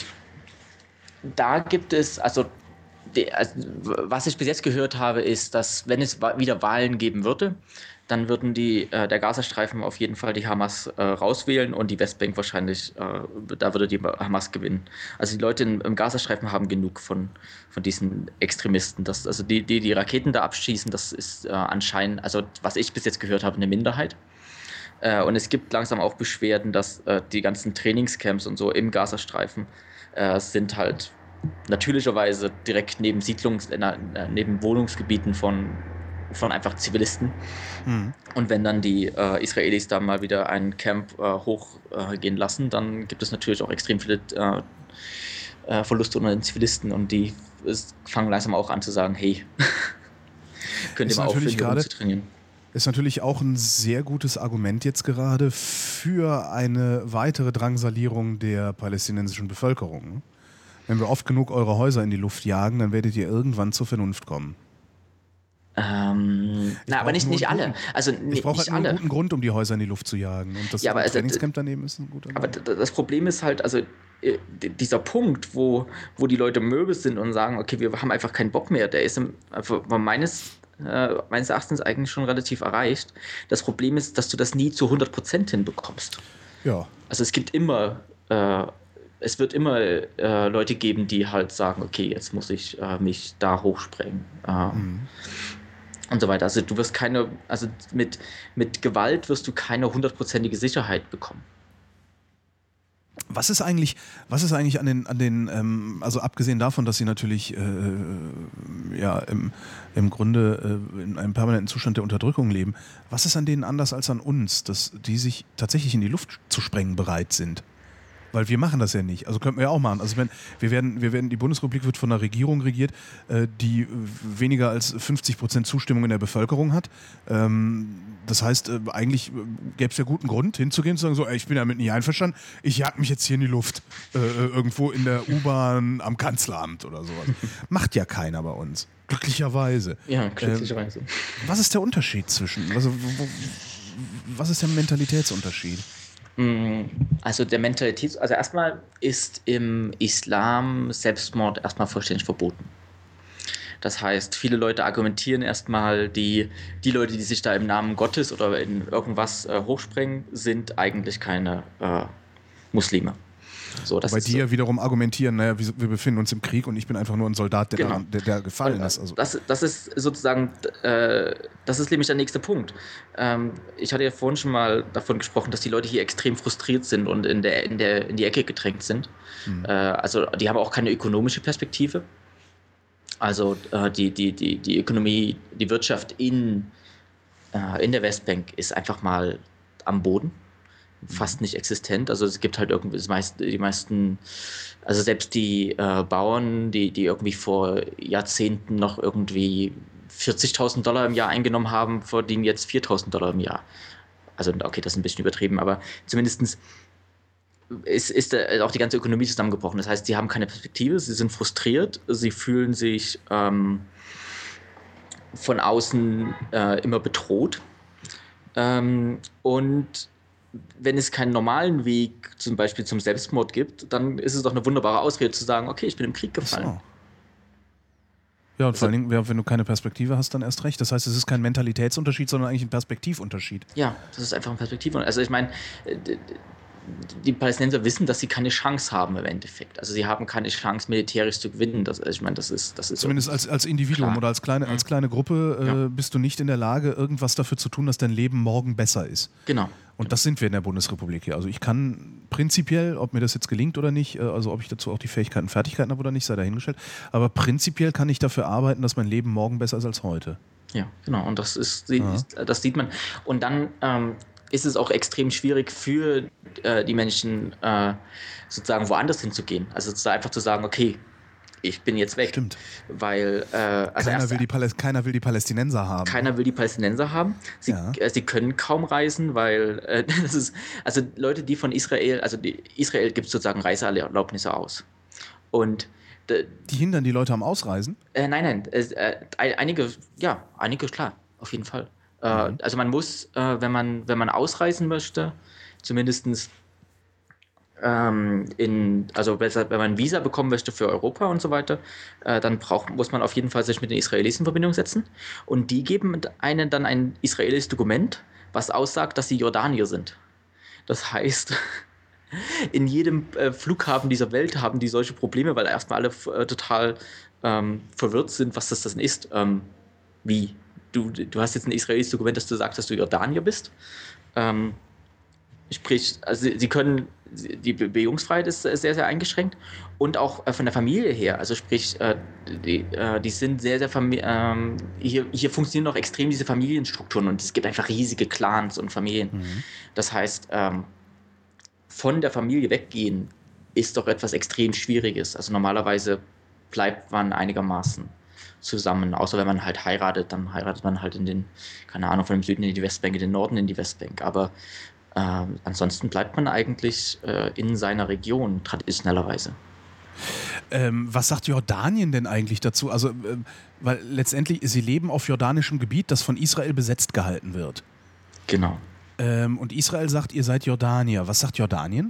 da gibt es, also, die, also, was ich bis jetzt gehört habe, ist, dass wenn es wieder Wahlen geben würde, dann würden die, äh, der Gazastreifen auf jeden Fall die Hamas äh, rauswählen und die Westbank wahrscheinlich, äh, da würde die Hamas gewinnen. Also die Leute in, im Gazastreifen haben genug von, von diesen Extremisten. Das, also die, die die Raketen da abschießen, das ist äh, anscheinend, also was ich bis jetzt gehört habe, eine Minderheit. Äh, und es gibt langsam auch Beschwerden, dass äh, die ganzen Trainingscamps und so im Gazastreifen äh, sind halt natürlicherweise direkt neben Siedlungs-, äh, neben Wohnungsgebieten von von einfach Zivilisten. Mhm. Und wenn dann die äh, Israelis da mal wieder ein Camp äh, hochgehen äh, lassen, dann gibt es natürlich auch extrem viele äh, äh, Verluste unter den Zivilisten und die ist, fangen langsam auch an zu sagen, hey, könnt ihr mal aufhören, zu trainieren. Ist natürlich auch ein sehr gutes Argument jetzt gerade für eine weitere Drangsalierung der palästinensischen Bevölkerung. Wenn wir oft genug eure Häuser in die Luft jagen, dann werdet ihr irgendwann zur Vernunft kommen. Ähm, na, aber nicht, nicht alle. Also, ich brauche halt einen guten Grund, um die Häuser in die Luft zu jagen. Und das ja, aber Trainingscamp daneben ist ein guter Aber Grund. Das Problem ist halt, also dieser Punkt, wo, wo die Leute mürbe sind und sagen, okay, wir haben einfach keinen Bock mehr, der ist im, also meines, äh, meines Erachtens eigentlich schon relativ erreicht. Das Problem ist, dass du das nie zu hundert Prozent hinbekommst. Ja. Also es gibt immer, äh, es wird immer äh, Leute geben, die halt sagen, okay, jetzt muss ich äh, mich da hochsprengen. Äh, mhm. Und so weiter. Also du wirst keine, also mit, mit Gewalt wirst du keine hundertprozentige Sicherheit bekommen. Was ist eigentlich, was ist eigentlich an den, an den, ähm, also abgesehen davon, dass sie natürlich äh, ja, im, im Grunde äh, in einem permanenten Zustand der Unterdrückung leben, was ist an denen anders als an uns, dass die sich tatsächlich in die Luft zu sprengen bereit sind? Weil wir machen das ja nicht. Also könnten wir ja auch machen. Also wenn, wir werden, wir werden, die Bundesrepublik wird von einer Regierung regiert, äh, die weniger als fünfzig Prozent Zustimmung in der Bevölkerung hat. Ähm, das heißt, äh, eigentlich gäbe es ja guten Grund, hinzugehen und zu sagen, so, ey, ich bin damit nicht einverstanden, ich jag mich jetzt hier in die Luft. Äh, irgendwo in der U-Bahn am Kanzleramt oder sowas. Macht ja keiner bei uns. Glücklicherweise. Ja, glücklicherweise. Ähm, was ist der Unterschied zwischen, also wo, was ist der Mentalitätsunterschied? Also der Mentalität, also erstmal ist im Islam Selbstmord erstmal vollständig verboten. Das heißt, viele Leute argumentieren erstmal, die, die Leute, die sich da im Namen Gottes oder in irgendwas äh, hochsprengen, sind eigentlich keine äh, Muslime. So, das Wobei ist die so. ja wiederum argumentieren, naja, wir, wir befinden uns im Krieg und ich bin einfach nur ein Soldat, der, Genau. daran, der, der gefallen ist. Also. Das, das ist sozusagen, äh, das ist nämlich der nächste Punkt. Ähm, ich hatte ja vorhin schon mal davon gesprochen, dass die Leute hier extrem frustriert sind und in, der, in, der, in die Ecke gedrängt sind. Mhm. Äh, also die haben auch keine ökonomische Perspektive. Also äh, die, die, die, die Ökonomie, die Wirtschaft in, äh, in der Westbank ist einfach mal am Boden. Fast nicht existent. Also es gibt halt irgendwie das meiste, die meisten, also selbst die äh, Bauern, die, die irgendwie vor Jahrzehnten noch irgendwie vierzigtausend Dollar im Jahr eingenommen haben, verdienen jetzt viertausend Dollar im Jahr. Also okay, das ist ein bisschen übertrieben, aber zumindest ist, ist auch die ganze Ökonomie zusammengebrochen. Das heißt, sie haben keine Perspektive, sie sind frustriert, sie fühlen sich ähm, von außen äh, immer bedroht. Ähm, und wenn es keinen normalen Weg zum Beispiel zum Selbstmord gibt, dann ist es doch eine wunderbare Ausrede zu sagen, okay, ich bin im Krieg gefallen. So. Ja, und also, vor allen Dingen, wenn du keine Perspektive hast, dann erst recht. Das heißt, es ist kein Mentalitätsunterschied, sondern eigentlich ein Perspektivunterschied. Ja, das ist einfach ein Perspektivunterschied. Also ich meine, die Palästinenser wissen, dass sie keine Chance haben im Endeffekt. Also sie haben keine Chance, militärisch zu gewinnen. Das, ich meine, das ist, das ist zumindest als, als Individuum klar. Oder als kleine, mhm. als kleine Gruppe äh, ja. bist du nicht in der Lage, irgendwas dafür zu tun, dass dein Leben morgen besser ist. Genau. Und das sind wir in der Bundesrepublik hier. Also ich kann prinzipiell, ob mir das jetzt gelingt oder nicht, also ob ich dazu auch die Fähigkeiten und Fertigkeiten habe oder nicht, sei dahingestellt, aber prinzipiell kann ich dafür arbeiten, dass mein Leben morgen besser ist als heute. Ja, genau. Und das ist, das sieht man. Und dann ähm, ist es auch extrem schwierig für äh, die Menschen äh, sozusagen woanders hinzugehen. Also einfach zu sagen, okay, ich bin jetzt weg. Stimmt. Weil, äh, also keiner, erst, will die Paläst- keiner will die Palästinenser haben. Keiner will die Palästinenser haben. Sie, ja. äh, sie können kaum reisen, weil äh, das ist, also Leute, die von Israel, also die, Israel gibt sozusagen Reiseerlaubnisse aus. Und d- die hindern die Leute am Ausreisen? Äh, nein, nein. Äh, einige, ja, einige, klar, auf jeden Fall. Äh, mhm. Also man muss, äh, wenn man, wenn man ausreisen möchte, zumindestens Ähm, in, also wenn man ein Visa bekommen möchte für Europa und so weiter, äh, dann braucht, muss man auf jeden Fall sich mit den Israelis in Verbindung setzen. Und die geben einen dann ein israelisches Dokument, was aussagt, dass sie Jordanier sind. Das heißt, in jedem äh, Flughafen dieser Welt haben die solche Probleme, weil erstmal alle äh, total ähm, verwirrt sind, was das denn ist. Ähm, wie? Du, du hast jetzt ein israelisches Dokument, dass du sagst, dass du Jordanier bist. Ähm, Sprich, also sie können, die Bewegungsfreiheit ist sehr, sehr eingeschränkt und auch von der Familie her, also sprich, die, die sind sehr, sehr, Famili- ähm, hier, hier funktionieren auch extrem diese Familienstrukturen und es gibt einfach riesige Clans und Familien. Mhm. Das heißt, ähm, von der Familie weggehen ist doch etwas extrem Schwieriges. Also normalerweise bleibt man einigermaßen zusammen, außer wenn man halt heiratet, dann heiratet man halt in den, keine Ahnung, von dem Süden in die Westbank, in den Norden in die Westbank, aber Ähm, ansonsten bleibt man eigentlich äh, in seiner Region traditionellerweise. Ähm, was sagt Jordanien denn eigentlich dazu? Also, äh, weil letztendlich, sie leben auf jordanischem Gebiet, das von Israel besetzt gehalten wird. Genau. Ähm, und Israel sagt, ihr seid Jordanier. Was sagt Jordanien?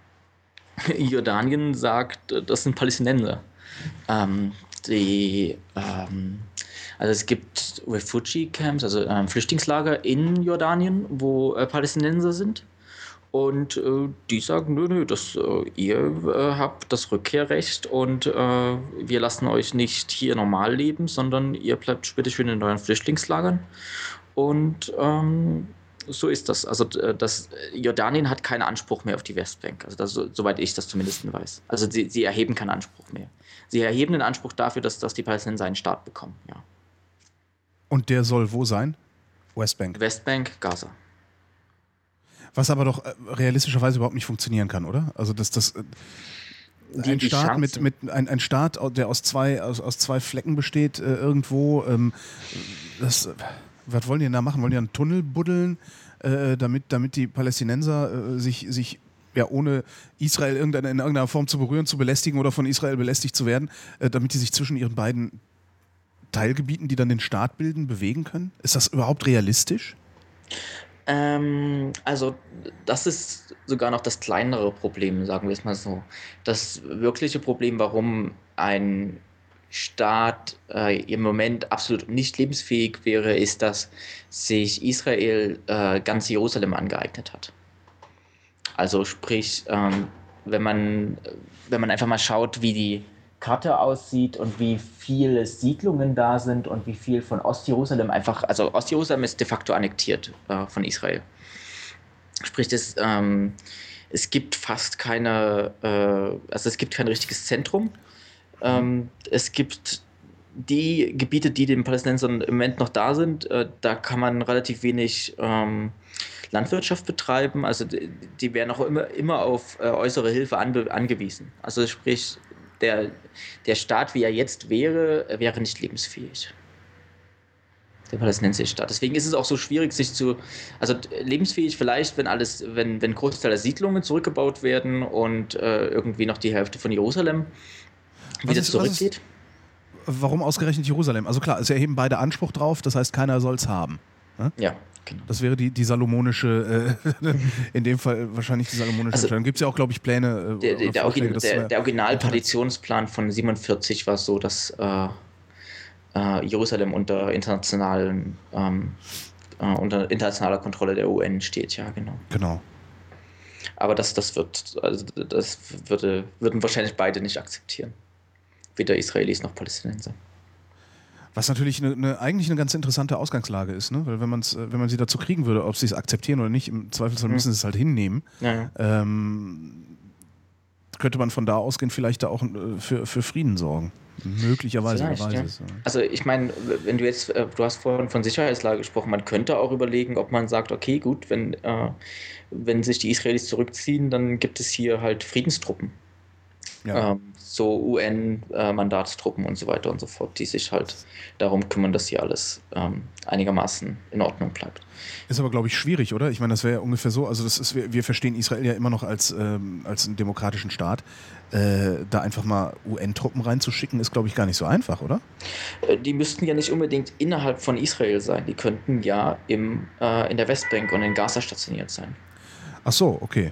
Jordanien sagt, das sind Palästinenser. Ähm, die, ähm, also es gibt Refugee-Camps, also ähm, Flüchtlingslager in Jordanien, wo äh, Palästinenser sind. Und äh, die sagen, nö, nö, das, äh, ihr äh, habt das Rückkehrrecht und äh, wir lassen euch nicht hier normal leben, sondern ihr bleibt bitte schön in euren Flüchtlingslagern. Und ähm, so ist das. Also das, Jordanien hat keinen Anspruch mehr auf die Westbank, also das, soweit ich das zumindest weiß. Also sie, sie erheben keinen Anspruch mehr. Sie erheben den Anspruch dafür, dass, dass die Palästinenser einen Staat bekommen, ja. Und der soll wo sein? Westbank. Westbank, Gaza. Was aber doch äh, realistischerweise überhaupt nicht funktionieren kann, oder? Also dass das äh, die, ein die Staat Chance. mit, mit ein, ein Staat, der aus zwei aus, aus zwei Flecken besteht äh, irgendwo. Ähm, das, äh, was wollen die denn da machen? Wollen die einen Tunnel buddeln, äh, damit damit die Palästinenser äh, sich sich ja ohne Israel irgendeine, in irgendeiner Form zu berühren, zu belästigen oder von Israel belästigt zu werden, äh, damit die sich zwischen ihren beiden Teilgebieten, die dann den Staat bilden, bewegen können? Ist das überhaupt realistisch? Ähm, also das ist sogar noch das kleinere Problem, sagen wir es mal so. Das wirkliche Problem, warum ein Staat äh, im Moment absolut nicht lebensfähig wäre, ist, dass sich Israel äh, ganz Jerusalem angeeignet hat. Also sprich, ähm, wenn man, wenn man einfach mal schaut, wie die Karte aussieht und wie viele Siedlungen da sind und wie viel von Ostjerusalem einfach, also Ostjerusalem ist de facto annektiert äh, von Israel. Sprich, das, ähm, es gibt fast keine, äh, also es gibt kein richtiges Zentrum. Ähm, es gibt die Gebiete, die den Palästinensern im Moment noch da sind, äh, da kann man relativ wenig ähm, Landwirtschaft betreiben. Also die, die werden auch immer, immer auf äh, äußere Hilfe anbe- angewiesen. Also sprich, der, der Staat, wie er jetzt wäre, wäre nicht lebensfähig. Der palästinensische Staat. Deswegen ist es auch so schwierig, sich zu, also lebensfähig vielleicht, wenn alles, wenn, wenn Großteil der Siedlungen zurückgebaut werden und äh, irgendwie noch die Hälfte von Jerusalem wieder ist, zurückgeht. Warum ausgerechnet Jerusalem? Also klar, es erheben beide Anspruch drauf, das heißt, keiner soll es haben. Ne? Ja, genau. Das wäre die, die salomonische, äh, in dem Fall wahrscheinlich die salomonische also, Entscheidung. Gibt es ja auch, glaube ich, Pläne. Äh, der, der, der, Origin, der, der Originalpartitionsplan von siebenundvierzig war so, dass äh, äh, Jerusalem unter internationalen ähm, äh, unter internationaler Kontrolle der U N steht, ja, genau. Genau. Aber das, das wird, also das würde, würden wahrscheinlich beide nicht akzeptieren. Weder Israelis noch Palästinenser. Was natürlich eine, eine, eigentlich eine ganz interessante Ausgangslage ist, ne? Weil wenn, man's, wenn man sie dazu kriegen würde, ob sie es akzeptieren oder nicht, im Zweifelsfall müssen sie es halt hinnehmen. Ja, ja. Ähm, könnte man von da ausgehen, vielleicht da auch für, für Frieden sorgen. Möglicherweise. Weiß ja. es, ja. Also ich meine, wenn du jetzt, du hast vorhin von Sicherheitslage gesprochen, man könnte auch überlegen, ob man sagt, okay, gut, wenn, äh, wenn sich die Israelis zurückziehen, dann gibt es hier halt Friedenstruppen. Ja. Ähm, so U N-Mandatstruppen äh, und so weiter und so fort, die sich halt darum kümmern, dass hier alles ähm, einigermaßen in Ordnung bleibt. Ist aber, glaube ich, schwierig, oder? Ich meine, das wäre ja ungefähr so, also das ist, wir, wir verstehen Israel ja immer noch als, ähm, als einen demokratischen Staat. Äh, da einfach mal U N-Truppen reinzuschicken, ist, glaube ich, gar nicht so einfach, oder? Äh, die müssten ja nicht unbedingt innerhalb von Israel sein. Die könnten ja im, äh, in der Westbank und in Gaza stationiert sein. Ach so, okay.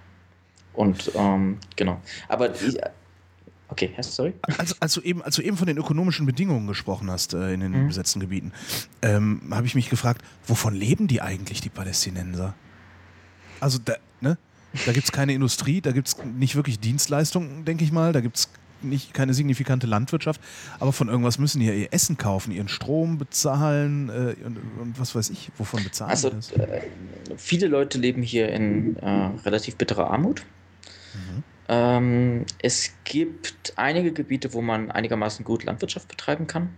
Und ähm, genau. Aber ich, okay, sorry. Also, als, du eben, als du eben von den ökonomischen Bedingungen gesprochen hast äh, in den mhm. besetzten Gebieten, ähm, habe ich mich gefragt, wovon leben die eigentlich, die Palästinenser? Also, da, ne? Da gibt es keine Industrie, da gibt es nicht wirklich Dienstleistungen, denke ich mal, da gibt es nicht, keine signifikante Landwirtschaft, aber von irgendwas müssen die ja ihr Essen kaufen, ihren Strom bezahlen äh, und, und was weiß ich, wovon bezahlen also, das? Äh, viele Leute leben hier in äh, relativ bitterer Armut. Mhm. Ähm, es gibt einige Gebiete, wo man einigermaßen gut Landwirtschaft betreiben kann.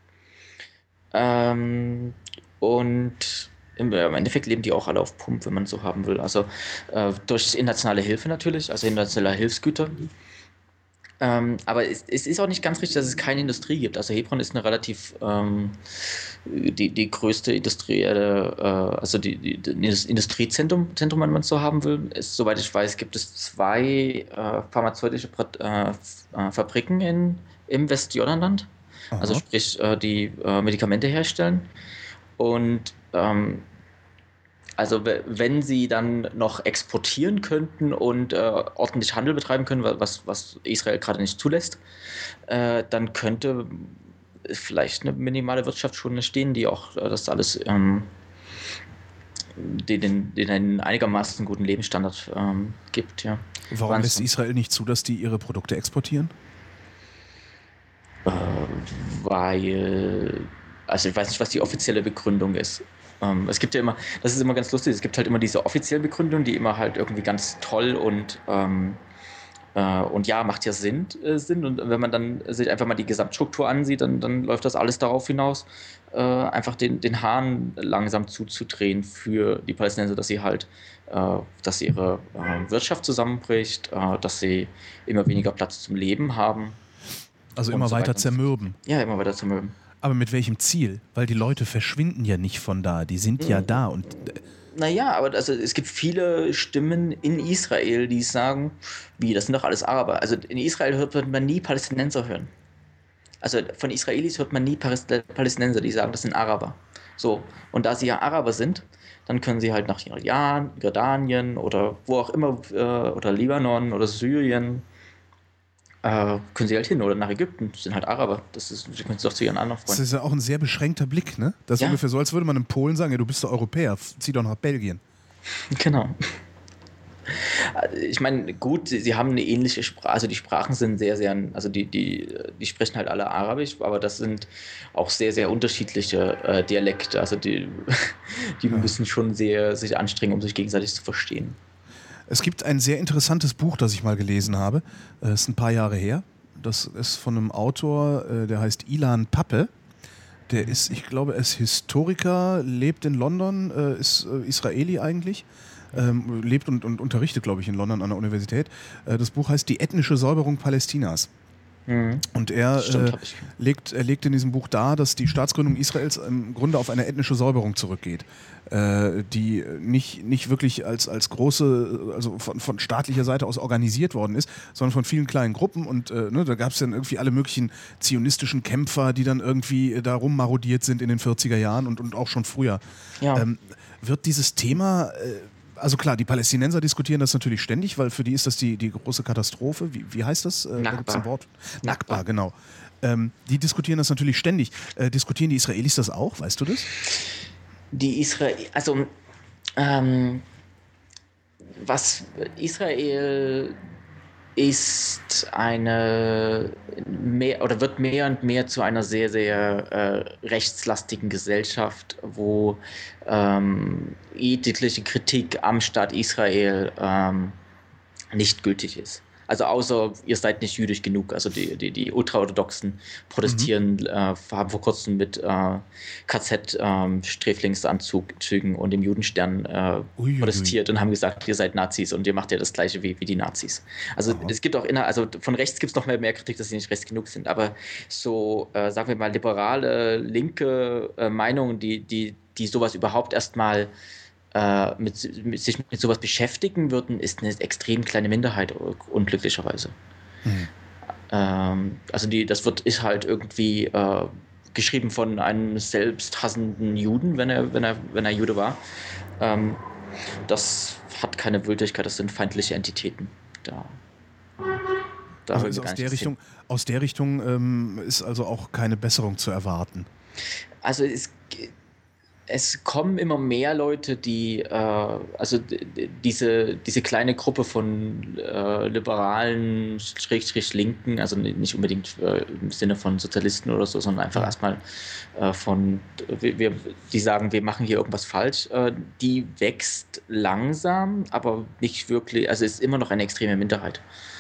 Ähm, und im, im Endeffekt leben die auch alle auf Pump, wenn man so haben will. Also äh, durch internationale Hilfe natürlich, also internationale Hilfsgüter. Ähm, aber es, es ist auch nicht ganz richtig, dass es keine Industrie gibt. Also Hebron ist eine relativ ähm, die, die größte industrielle, äh, also die, die, das Industriezentrum, Zentrum, wenn man es so haben will. Ist, soweit ich weiß, gibt es zwei äh, pharmazeutische äh, Fabriken in, im Westjordanland. Aha. Also sprich, äh, die äh, Medikamente herstellen. Und ähm, also wenn sie dann noch exportieren könnten und äh, ordentlich Handel betreiben können, was, was Israel gerade nicht zulässt, äh, dann könnte vielleicht eine minimale Wirtschaft schon stehen, die auch äh, das alles ähm, den, den einen einigermaßen guten Lebensstandard ähm, gibt. Ja. Warum Wahnsinn. Lässt Israel nicht zu, dass die ihre Produkte exportieren? Äh, weil, also ich weiß nicht, was die offizielle Begründung ist. Ähm, es gibt ja immer, das ist immer ganz lustig, es gibt halt immer diese offiziellen Begründungen, die immer halt irgendwie ganz toll und ähm, äh, und ja, macht ja Sinn äh, sind. Und wenn man dann sich einfach mal die Gesamtstruktur ansieht, dann, dann läuft das alles darauf hinaus, äh, einfach den, den Hahn langsam zuzudrehen für die Palästinenser, dass sie halt, äh, dass ihre äh, Wirtschaft zusammenbricht, äh, dass sie immer weniger Platz zum Leben haben. Also immer so weiter zermürben. Ja, immer weiter zermürben. Aber mit welchem Ziel? Weil die Leute verschwinden ja nicht von da, die sind mhm. ja da. Und naja, aber also es gibt viele Stimmen in Israel, die sagen, wie, das sind doch alles Araber. Also in Israel hört man nie Palästinenser hören. Also von Israelis hört man nie Palästinenser, die sagen, das sind Araber. So, und da sie ja Araber sind, dann können sie halt nach Iran, Jordanien oder wo auch immer, äh, oder Libanon oder Syrien, Äh, können sie halt hin, oder nach Ägypten, das sind halt Araber, das ist, sie können es doch zu ihren anderen Freunden. Das ist ja auch ein sehr beschränkter Blick, ne? Das ist ja ungefähr so, als würde man in Polen sagen, ja, du bist doch Europäer, zieh doch nach Belgien. Genau. Ich meine, gut, sie, sie haben eine ähnliche Sprache, also die Sprachen sind sehr, sehr, also die, die, die sprechen halt alle Arabisch, aber das sind auch sehr, sehr unterschiedliche äh, Dialekte. Also die, die Ja. müssen schon sehr sich anstrengen, um sich gegenseitig zu verstehen. Es gibt ein sehr interessantes Buch, das ich mal gelesen habe. Es ist ein paar Jahre her. Das ist von einem Autor, äh, der heißt Ilan Pappe. Der ist, ich glaube, er ist Historiker, lebt in London, äh, ist äh, Israeli eigentlich, ähm, lebt und, und unterrichtet, glaube ich, in London an der Universität. Äh, das Buch heißt Die ethnische Säuberung Palästinas. Mhm. Und er, Stimmt, äh, hab ich. legt, er legt in diesem Buch dar, dass die Staatsgründung Israels im Grunde auf eine ethnische Säuberung zurückgeht, äh, die nicht, nicht wirklich als, als große, also von, von staatlicher Seite aus organisiert worden ist, sondern von vielen kleinen Gruppen. Und äh, ne, da gab es dann irgendwie alle möglichen zionistischen Kämpfer, die dann irgendwie da rummarodiert sind in den vierziger Jahren und, und auch schon früher. Ja. Ähm, wird dieses Thema... Äh, Also klar, die Palästinenser diskutieren das natürlich ständig, weil für die ist das die, die große Katastrophe. Wie, wie heißt das? Äh, da gibt's ein Wort. Nakba, genau. Ähm, die diskutieren das natürlich ständig. Äh, diskutieren die Israelis das auch? Weißt du das? Die Israel, also ähm, was Israel ist eine mehr oder wird mehr und mehr zu einer sehr, sehr äh, rechtslastigen Gesellschaft, wo ähm, jegliche Kritik am Staat Israel ähm, nicht gültig ist. Also außer ihr seid nicht jüdisch genug. Also die, die, die Ultraorthodoxen protestieren, mhm. äh, haben vor kurzem mit äh, K Z-Sträflingsanzügen ähm, und dem Judenstern äh, ui, protestiert ui. und haben gesagt, ihr seid Nazis und ihr macht ja das Gleiche wie, wie die Nazis. Also Aha. es gibt auch inner, also von rechts gibt es noch mehr, mehr Kritik, dass sie nicht rechts genug sind. Aber so, äh, sagen wir mal, liberale, linke äh, Meinungen, die, die, die sowas überhaupt erstmal Mit, mit sich mit sowas beschäftigen würden, ist eine extrem kleine Minderheit, unglücklicherweise. Mhm. Ähm, also die, das wird, ist halt irgendwie äh, geschrieben von einem selbsthassenden Juden, wenn er, wenn er, wenn er Jude war. Ähm, das hat keine Gültigkeit, das sind feindliche Entitäten. Da, da also ist aus, der Richtung, aus der Richtung ähm, ist also auch keine Besserung zu erwarten. Also es Es kommen immer mehr Leute, die, äh, also d- diese, diese kleine Gruppe von äh, liberalen, Schrägstrich Linken, also nicht unbedingt äh, im Sinne von Sozialisten oder so, sondern einfach erstmal äh, von, wir, die sagen, wir machen hier irgendwas falsch, äh, die wächst langsam, aber nicht wirklich, also ist immer noch eine extreme Minderheit.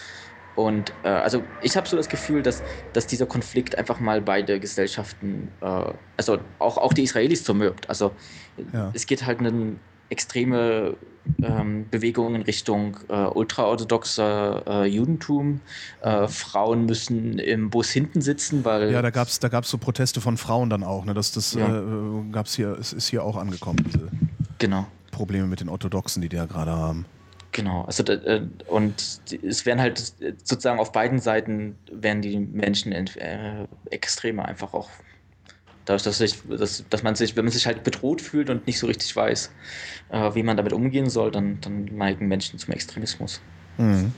Und äh, also ich habe so das Gefühl, dass, dass dieser Konflikt einfach mal beide Gesellschaften, äh, also auch, auch die Israelis zermürbt. Also ja. Es geht halt eine extreme ähm, Bewegung in Richtung äh, ultraorthodoxer äh, Judentum. Äh, Frauen müssen im Bus hinten sitzen, weil... Ja, da gab es da gab's so Proteste von Frauen dann auch. Ne? Das, das ja. äh, gab's hier, es ist hier auch angekommen, diese genau. Probleme mit den Orthodoxen, die die ja gerade haben. Genau, also äh, und es werden halt sozusagen auf beiden Seiten werden die Menschen äh, extremer einfach auch dadurch, dass, sich, dass, dass man sich, wenn man sich halt bedroht fühlt und nicht so richtig weiß, äh, wie man damit umgehen soll, dann, dann neigen Menschen zum Extremismus. Mhm.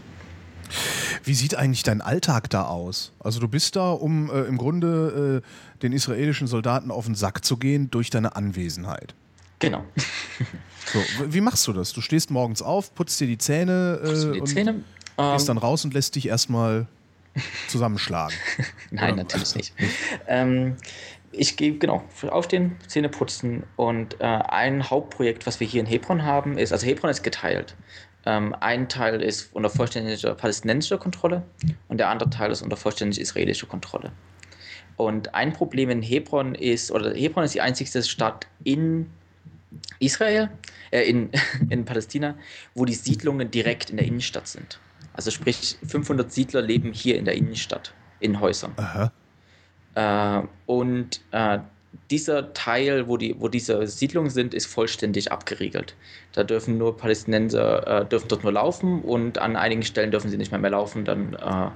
Wie sieht eigentlich dein Alltag da aus? Also du bist da, um äh, im Grunde äh, den israelischen Soldaten auf den Sack zu gehen durch deine Anwesenheit. Genau. So, wie machst du das? Du stehst morgens auf, putzt dir die Zähne, äh, die und Zähne, gehst ähm, dann raus und lässt dich erstmal zusammenschlagen. Nein, Oder? natürlich nicht. ähm, ich gehe, genau, aufstehen, Zähne putzen und äh, ein Hauptprojekt, was wir hier in Hebron haben, ist, also Hebron ist geteilt. Ähm, ein Teil ist unter vollständiger palästinensischer Kontrolle und der andere Teil ist unter vollständig israelischer Kontrolle. Und ein Problem in Hebron ist, oder Hebron ist die einzigste Stadt in Israel, äh, in, in Palästina, wo die Siedlungen direkt in der Innenstadt sind. Also sprich, fünfhundert Siedler leben hier in der Innenstadt, in Häusern. Aha. Äh, und äh, dieser Teil, wo, die, wo diese Siedlungen sind, ist vollständig abgeriegelt. Da dürfen nur Palästinenser, äh, dürfen dort nur laufen und an einigen Stellen dürfen sie nicht mehr mehr laufen, dann äh,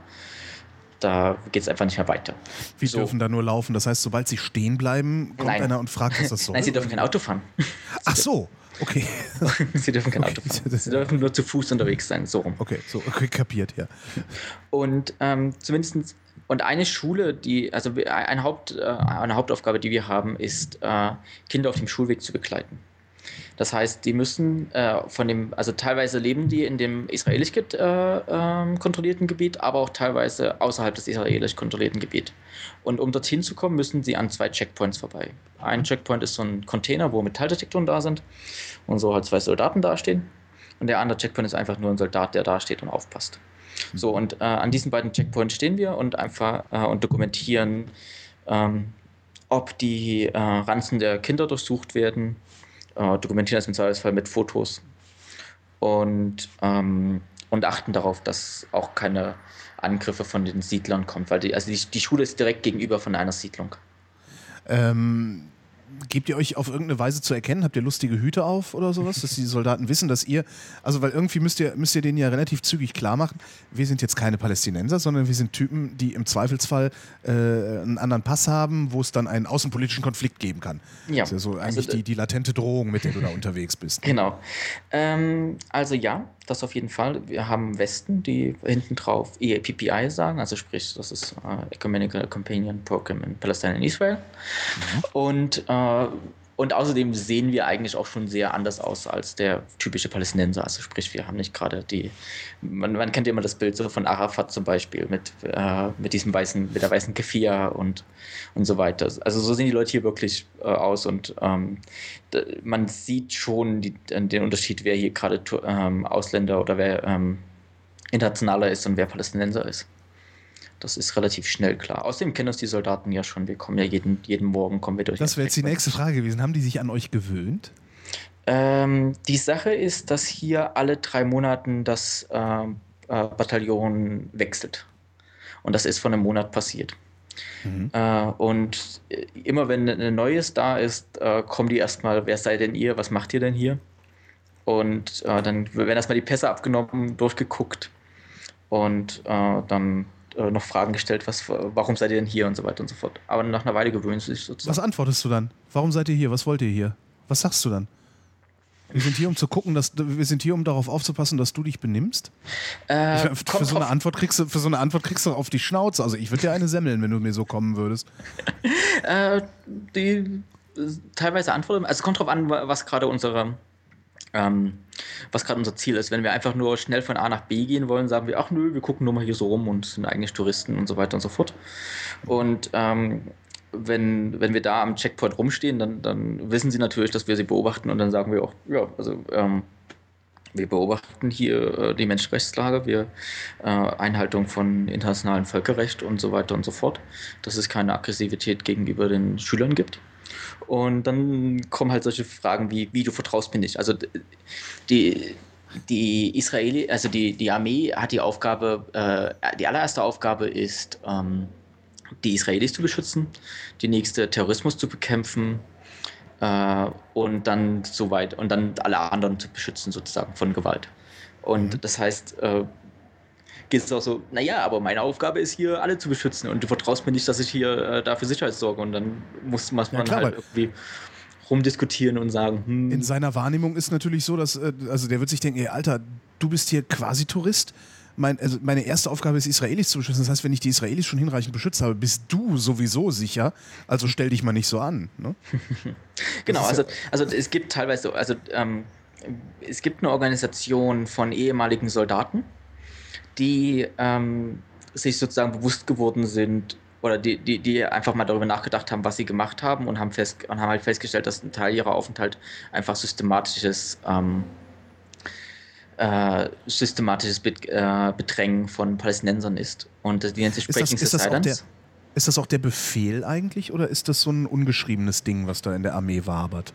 da geht es einfach nicht mehr weiter. Wie so. dürfen da nur laufen? Das heißt, sobald sie stehen bleiben, kommt Nein. einer und fragt, was das soll? Nein, sie dürfen kein Auto fahren. Ach so, okay. Sie dürfen kein Okay. Auto fahren. Sie dürfen nur zu Fuß unterwegs sein, so rum. Okay, so, okay, kapiert, ja. Und ähm, zumindest, und eine Schule, die, also ein Haupt, äh, eine Hauptaufgabe, die wir haben, ist, äh, Kinder auf dem Schulweg zu begleiten. Das heißt, die müssen äh, von dem, also teilweise leben die in dem israelisch äh, äh, kontrollierten Gebiet, aber auch teilweise außerhalb des israelisch kontrollierten Gebiets. Und um dorthin zu kommen, müssen sie an zwei Checkpoints vorbei. Ein Checkpoint ist so ein Container, wo Metalldetektoren da sind und so halt zwei Soldaten dastehen. Und der andere Checkpoint ist einfach nur ein Soldat, der da steht und aufpasst. So, und äh, an diesen beiden Checkpoints stehen wir und einfach äh, und dokumentieren, ähm, ob die äh, Ranzen der Kinder durchsucht werden, äh, dokumentieren das im Zweifelsfall mit Fotos und, ähm, und achten darauf, dass auch keine Angriffe von den Siedlern kommen, weil die, also die, die Schule ist direkt gegenüber von einer Siedlung. Ähm, gebt ihr euch auf irgendeine Weise zu erkennen? Habt ihr lustige Hüte auf oder sowas, dass die Soldaten wissen, dass ihr, also weil irgendwie müsst ihr, müsst ihr denen ja relativ zügig klar machen, wir sind jetzt keine Palästinenser, sondern wir sind Typen, die im Zweifelsfall äh, einen anderen Pass haben, wo es dann einen außenpolitischen Konflikt geben kann. Ja. Das ist ja so eigentlich Also, die, die latente Drohung, mit der du da unterwegs bist. Genau. Ähm, also ja, das auf jeden Fall. Wir haben Westen, die hinten drauf E A P P I sagen, also sprich, das ist äh, Ecumenical Companion Program in Palestine and Israel. Mhm. Und, äh, und außerdem sehen wir eigentlich auch schon sehr anders aus als der typische Palästinenser. Also sprich, wir haben nicht gerade die, man, man kennt ja immer das Bild so von Arafat zum Beispiel mit, äh, mit diesem weißen, mit der weißen Keffia und, und so weiter. Also so sehen die Leute hier wirklich äh, aus und ähm, d- man sieht schon die, den Unterschied, wer hier gerade ähm, Ausländer oder wer ähm, Internationaler ist und wer Palästinenser ist. Das ist relativ schnell klar. Außerdem kennen uns die Soldaten ja schon. Wir kommen ja jeden, jeden Morgen kommen wir durch. Das wäre jetzt die nächste Frage gewesen. Haben die sich an euch gewöhnt? Ähm, die Sache ist, dass hier alle drei Monaten das äh, äh, Bataillon wechselt. Und das ist vor einem Monat passiert. Mhm. Äh, und immer wenn ein neues da ist, äh, kommen die erstmal, wer seid denn ihr, was macht ihr denn hier? Und äh, dann werden erstmal die Pässe abgenommen, durchgeguckt und äh, dann noch Fragen gestellt, was, warum seid ihr denn hier und so weiter und so fort. Aber nach einer Weile gewöhnen sie sich sozusagen. Was antwortest du dann? Warum seid ihr hier? Was wollt ihr hier? Was sagst du dann? Wir sind hier, um zu gucken, dass wir sind hier, um darauf aufzupassen, dass du dich benimmst. Äh, ich, für, so eine Antwort kriegst du, für so eine Antwort kriegst du auf die Schnauze. Also ich würde dir eine semmeln, wenn du mir so kommen würdest. äh, die teilweise antworten. Also es kommt drauf an, was gerade unsere Ähm, was gerade unser Ziel ist. Wenn wir einfach nur schnell von A nach B gehen wollen, sagen wir, ach nö, wir gucken nur mal hier so rum und sind eigentlich Touristen und so weiter und so fort. Und ähm, wenn, wenn wir da am Checkpoint rumstehen, dann, dann wissen sie natürlich, dass wir sie beobachten und dann sagen wir auch, ja, also ähm, wir beobachten hier äh, die Menschenrechtslage, wir äh, Einhaltung von internationalem Völkerrecht und so weiter und so fort, dass es keine Aggressivität gegenüber den Schülern gibt. Und dann kommen halt solche Fragen wie, wie du vertraust mir nicht. Also die, die Israeli, also die, die Armee hat die Aufgabe, äh, die allererste Aufgabe ist, ähm, die Israelis zu beschützen, die nächste Terrorismus zu bekämpfen äh, und dann so weit und dann alle anderen zu beschützen sozusagen von Gewalt. Und mhm. das heißt, äh, geht es auch so, naja, aber meine Aufgabe ist hier, alle zu beschützen und du vertraust mir nicht, dass ich hier äh, dafür Sicherheit sorge und dann muss, muss man ja, klar, halt irgendwie rumdiskutieren und sagen, hm. In seiner Wahrnehmung ist natürlich so, dass, äh, also der wird sich denken, ey, Alter, du bist hier quasi Tourist, mein, also meine erste Aufgabe ist, Israelis zu beschützen, das heißt, wenn ich die Israelis schon hinreichend beschützt habe, bist du sowieso sicher, also stell dich mal nicht so an. Ne? Genau, also, also es gibt teilweise, also ähm, es gibt eine Organisation von ehemaligen Soldaten, die ähm, sich sozusagen bewusst geworden sind oder die, die, die einfach mal darüber nachgedacht haben, was sie gemacht haben und haben, fest, und haben halt festgestellt, dass ein Teil ihrer Aufenthalt einfach systematisches, ähm, äh, systematisches Bet- äh, Bedrängen von Palästinensern ist. Und die nennt sich Breaking the Silence. Ist das auch der Befehl eigentlich oder ist das so ein ungeschriebenes Ding, was da in der Armee wabert?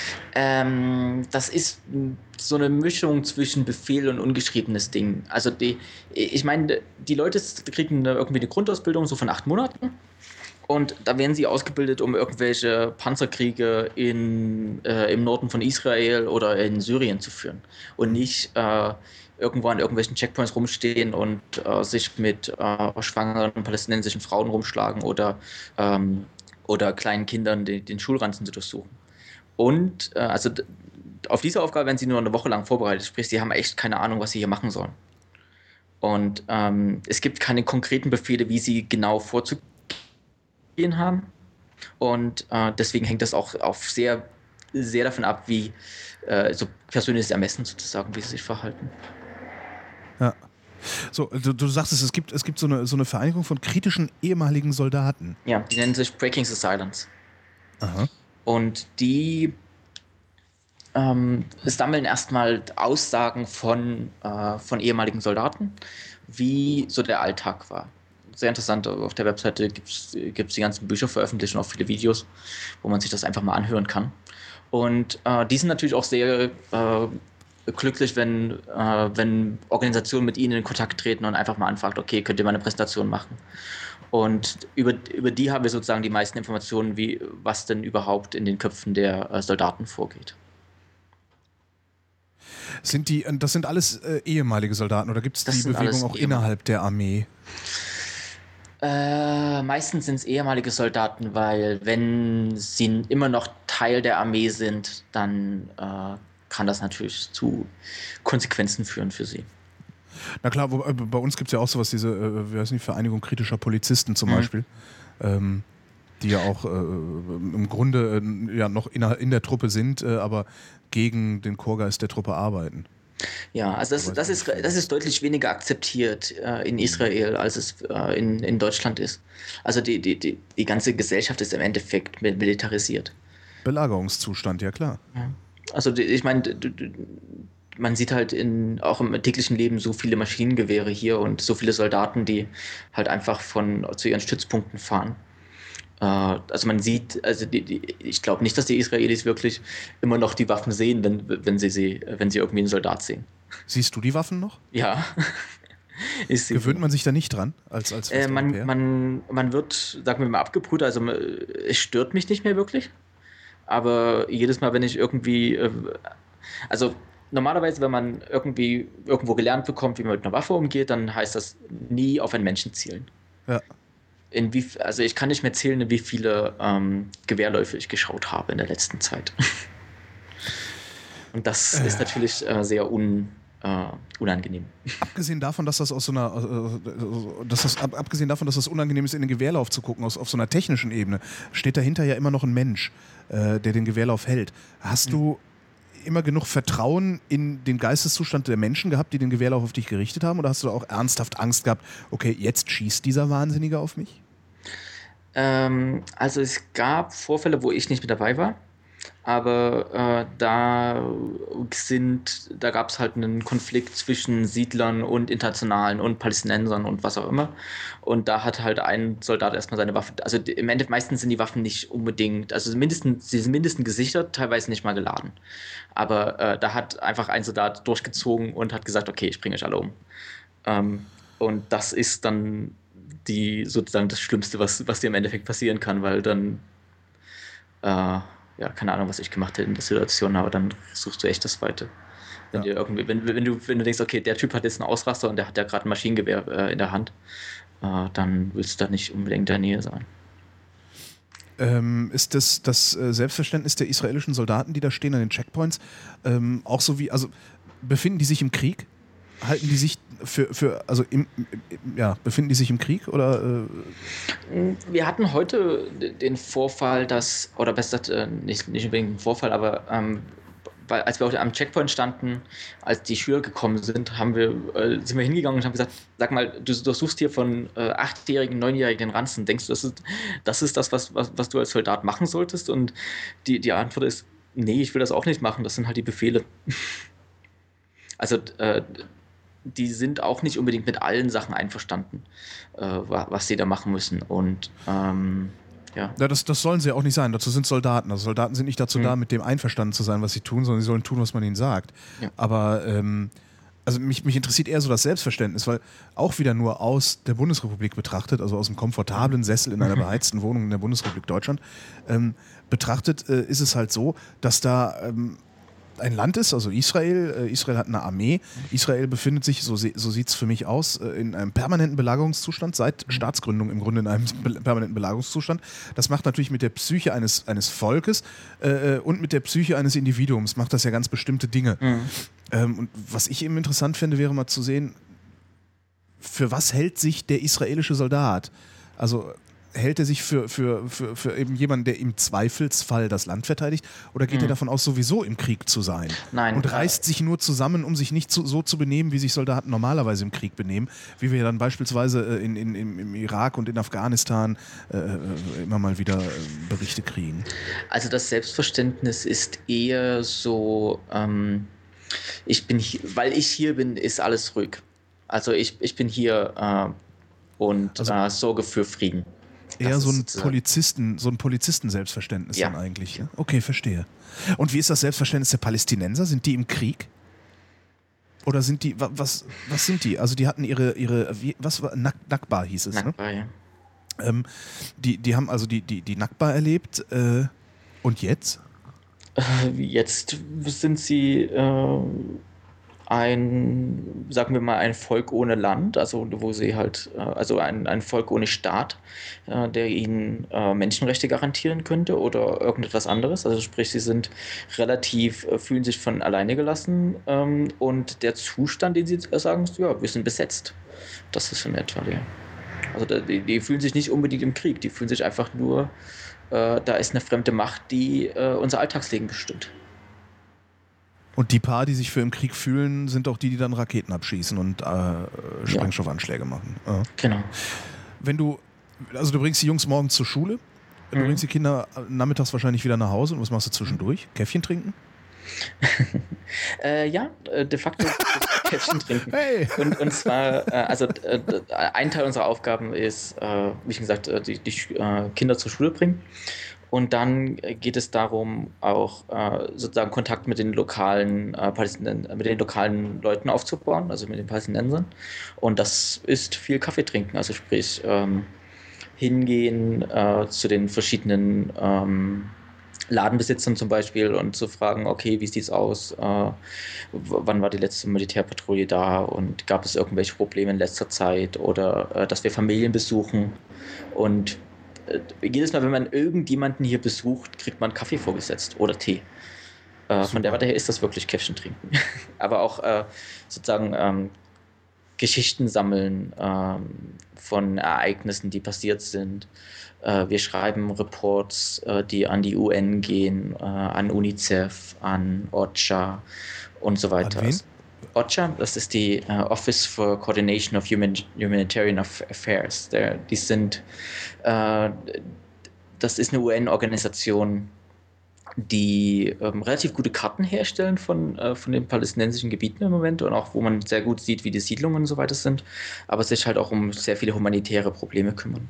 Ähm, das ist so eine Mischung zwischen Befehl und ungeschriebenes Ding. Also die, ich meine, die Leute kriegen irgendwie eine Grundausbildung so von acht Monaten und da werden sie ausgebildet, um irgendwelche Panzerkriege in, äh, im Norden von Israel oder in Syrien zu führen und nicht äh, irgendwo an irgendwelchen Checkpoints rumstehen und äh, sich mit äh, schwangeren palästinensischen Frauen rumschlagen oder, ähm, oder kleinen Kindern den, den Schulranzen zu durchsuchen. Und äh, also d- auf diese Aufgabe werden sie nur eine Woche lang vorbereitet, sprich, sie haben echt keine Ahnung, was sie hier machen sollen. Und ähm, es gibt keine konkreten Befehle, wie sie genau vorzugehen haben. Und äh, deswegen hängt das auch auf sehr sehr davon ab, wie äh, so persönliches Ermessen sozusagen, wie sie sich verhalten. Ja. So, du, du sagst es, es gibt, es gibt so eine, so eine Vereinigung von kritischen ehemaligen Soldaten. Ja, die nennen sich Breaking the Silence. Aha. Und die ähm, sammeln erstmal Aussagen von, äh, von ehemaligen Soldaten, wie so der Alltag war. Sehr interessant, auf der Webseite gibt es die ganzen Bücher veröffentlicht und auch viele Videos, wo man sich das einfach mal anhören kann. Und äh, die sind natürlich auch sehr äh, glücklich, wenn, äh, wenn Organisationen mit ihnen in Kontakt treten und einfach mal anfragt, okay, könnt ihr mal eine Präsentation machen? Und über, über die haben wir sozusagen die meisten Informationen, wie, was denn überhaupt in den Köpfen der äh, Soldaten vorgeht. Sind die, das sind alles äh, ehemalige Soldaten oder gibt es die Bewegung auch innerhalb der Armee? Äh, meistens sind es ehemalige Soldaten, weil wenn sie immer noch Teil der Armee sind, dann äh, kann das natürlich zu Konsequenzen führen für sie. Na klar, wo, bei uns gibt es ja auch sowas, diese, äh, wie heißt die Vereinigung kritischer Polizisten zum mhm. Beispiel, ähm, die ja auch äh, im Grunde äh, ja noch in, in der Truppe sind, äh, aber gegen den Chorgeist der Truppe arbeiten. Ja, also das, das, ist, das ist deutlich weniger akzeptiert äh, in Israel, als es äh, in, in Deutschland ist. Also die, die, die, die ganze Gesellschaft ist im Endeffekt militarisiert. Belagerungszustand, ja klar. Ja. Also die, ich meine, man sieht halt in, auch im täglichen Leben so viele Maschinengewehre hier und so viele Soldaten, die halt einfach von, zu ihren Stützpunkten fahren. Also man sieht, also die, die, ich glaube nicht, dass die Israelis wirklich immer noch die Waffen sehen, wenn, wenn, sie, sie, wenn sie irgendwie einen Soldat sehen. Siehst du die Waffen noch? Ja. Gewöhnt man sich da nicht dran? Als, als äh, man, man, man wird, sagen wir mal, abgebrüht, also es stört mich nicht mehr wirklich. Aber jedes Mal, wenn ich irgendwie, äh, also normalerweise, wenn man irgendwie irgendwo gelernt bekommt, wie man mit einer Waffe umgeht, dann heißt das nie auf einen Menschen zielen. Ja. In wie, also ich kann nicht mehr zählen, in wie viele ähm, Gewehrläufe ich geschaut habe in der letzten Zeit. Und das äh. ist natürlich äh, sehr un, äh, unangenehm. Abgesehen davon, dass das aus so einer, äh, dass das, ab, abgesehen davon, dass das unangenehm ist, in den Gewehrlauf zu gucken, aus, auf so einer technischen Ebene, steht dahinter ja immer noch ein Mensch, äh, der den Gewehrlauf hält. Hast mhm. du immer genug Vertrauen in den Geisteszustand der Menschen gehabt, die den Gewehrlauf auf dich gerichtet haben? Oder hast du auch ernsthaft Angst gehabt, okay, jetzt schießt dieser Wahnsinnige auf mich? Ähm, also es gab Vorfälle, wo ich nicht mit dabei war, aber äh, da sind, da gab es halt einen Konflikt zwischen Siedlern und Internationalen und Palästinensern und was auch immer. Und da hat halt ein Soldat erstmal seine Waffe, also im Endeffekt meistens sind die Waffen nicht unbedingt, also mindestens, sie sind mindestens gesichert, teilweise nicht mal geladen. Aber äh, da hat einfach ein Soldat durchgezogen und hat gesagt, okay, ich bringe euch alle um. Ähm, und das ist dann die sozusagen das Schlimmste, was, was dir im Endeffekt passieren kann, weil dann äh, ja, keine Ahnung, was ich gemacht hätte in der Situation, aber dann suchst du echt das Weite. Wenn, ja. dir irgendwie, wenn, wenn, du, wenn du denkst, okay, der Typ hat jetzt einen Ausraster und der hat ja gerade ein Maschinengewehr äh, in der Hand, äh, dann willst du da nicht unbedingt in der Nähe sein. Ähm, ist das das äh, Selbstverständnis der israelischen Soldaten, die da stehen an den Checkpoints, ähm, auch so wie, also befinden die sich im Krieg? Halten die sich für, für also im, im, ja, befinden die sich im Krieg oder? Äh? Wir hatten heute den Vorfall, dass, oder besser gesagt, nicht, nicht unbedingt einen Vorfall, aber ähm, weil, als wir auch am Checkpoint standen, als die Schüler gekommen sind, haben wir, äh, sind wir hingegangen und haben gesagt, sag mal, du, du suchst hier von äh, achtjährigen, neunjährigen den Ranzen. Denkst du, das ist das, ist das was, was, was du als Soldat machen solltest? Und die, die Antwort ist, nee, ich will das auch nicht machen, das sind halt die Befehle. Also, äh, die sind auch nicht unbedingt mit allen Sachen einverstanden, äh, was sie da machen müssen. Und ähm, ja. ja das, das sollen sie auch nicht sein. Dazu sind Soldaten. Also Soldaten sind nicht dazu mhm. da, mit dem einverstanden zu sein, was sie tun, sondern sie sollen tun, was man ihnen sagt. Ja. Aber ähm, also mich, mich interessiert eher so das Selbstverständnis, weil auch wieder nur aus der Bundesrepublik betrachtet, also aus einem komfortablen Sessel in einer beheizten Wohnung in der Bundesrepublik Deutschland, ähm, betrachtet äh, ist es halt so, dass da ähm, ein Land ist, also Israel. Israel hat eine Armee. Israel befindet sich, so, so sieht es für mich aus, in einem permanenten Belagerungszustand, seit Staatsgründung im Grunde in einem permanenten Belagerungszustand. Das macht natürlich mit der Psyche eines, eines Volkes äh, und mit der Psyche eines Individuums, macht das ja ganz bestimmte Dinge. Mhm. Ähm, und was ich eben interessant fände, wäre mal zu sehen, für was hält sich der israelische Soldat? Also hält er sich für, für, für, für eben jemanden, der im Zweifelsfall das Land verteidigt? Oder geht mhm. er davon aus, sowieso im Krieg zu sein? Nein. Und reißt sich nur zusammen, um sich nicht zu, so zu benehmen, wie sich Soldaten normalerweise im Krieg benehmen, wie wir dann beispielsweise in, in, in, im Irak und in Afghanistan äh, immer mal wieder Berichte kriegen? Also das Selbstverständnis ist eher so, ähm, ich bin hier, weil ich hier bin, ist alles ruhig. Also ich, ich bin hier äh, und also äh, sorge für Frieden. Eher so ein Polizisten, so ein Polizisten-Selbstverständnis ja. dann eigentlich. Ne? Okay, verstehe. Und wie ist das Selbstverständnis der Palästinenser? Sind die im Krieg? Oder sind die, was, was sind die? Also die hatten ihre, ihre wie, was war, Nakba hieß es, Nakba, ne? ja. Ähm, die, die haben also die, die, die Nakba erlebt. Äh, und jetzt? Äh, jetzt sind sie äh, ein, sagen wir mal, ein Volk ohne Land, also wo sie halt, also ein, ein Volk ohne Staat, äh, der ihnen äh, Menschenrechte garantieren könnte oder irgendetwas anderes. Also sprich, sie sind relativ, äh, fühlen sich von alleine gelassen ähm, und der Zustand, den sie sagen, ist, ja, wir sind besetzt. Das ist in etwa der. Also die, die fühlen sich nicht unbedingt im Krieg, die fühlen sich einfach nur, äh, da ist eine fremde Macht, die äh, unser Alltagsleben bestimmt. Und die paar, die sich für im Krieg fühlen, sind auch die, die dann Raketen abschießen und äh, Sprengstoffanschläge machen. Ja. Genau. Wenn du, also du bringst die Jungs morgens zur Schule, du mhm. bringst die Kinder nachmittags wahrscheinlich wieder nach Hause und was machst du zwischendurch? Käffchen trinken? äh, ja, de facto Käffchen trinken. Hey. Und, und zwar, äh, also äh, ein Teil unserer Aufgaben ist, äh, wie gesagt, die, die äh, Kinder zur Schule bringen. Und dann geht es darum, auch äh, sozusagen Kontakt mit den lokalen äh, Palästinensern, mit den lokalen Leuten aufzubauen, also mit den Palästinensern. Und das ist viel Kaffee trinken, also sprich ähm, hingehen äh, zu den verschiedenen ähm, Ladenbesitzern zum Beispiel und zu fragen, okay, wie sieht's aus? Äh, wann war die letzte Militärpatrouille da und gab es irgendwelche Probleme in letzter Zeit oder äh, dass wir Familien besuchen und jedes Mal, wenn man irgendjemanden hier besucht, kriegt man Kaffee vorgesetzt oder Tee. Äh, von der Warte her ist das wirklich Käffchen trinken. Aber auch äh, sozusagen ähm, Geschichten sammeln ähm, von Ereignissen, die passiert sind. Äh, wir schreiben Reports, äh, die an die U N gehen, äh, an UNICEF, an OCHA und so weiter. An wen? OCHA, das ist die uh, Office for Coordination of Human, Humanitarian Affairs. Der, die sind, uh, das ist eine U N-Organisation, die ähm, relativ gute Karten herstellen von, äh, von den palästinensischen Gebieten im Moment und auch wo man sehr gut sieht, wie die Siedlungen und so weiter sind, aber sich halt auch um sehr viele humanitäre Probleme kümmern.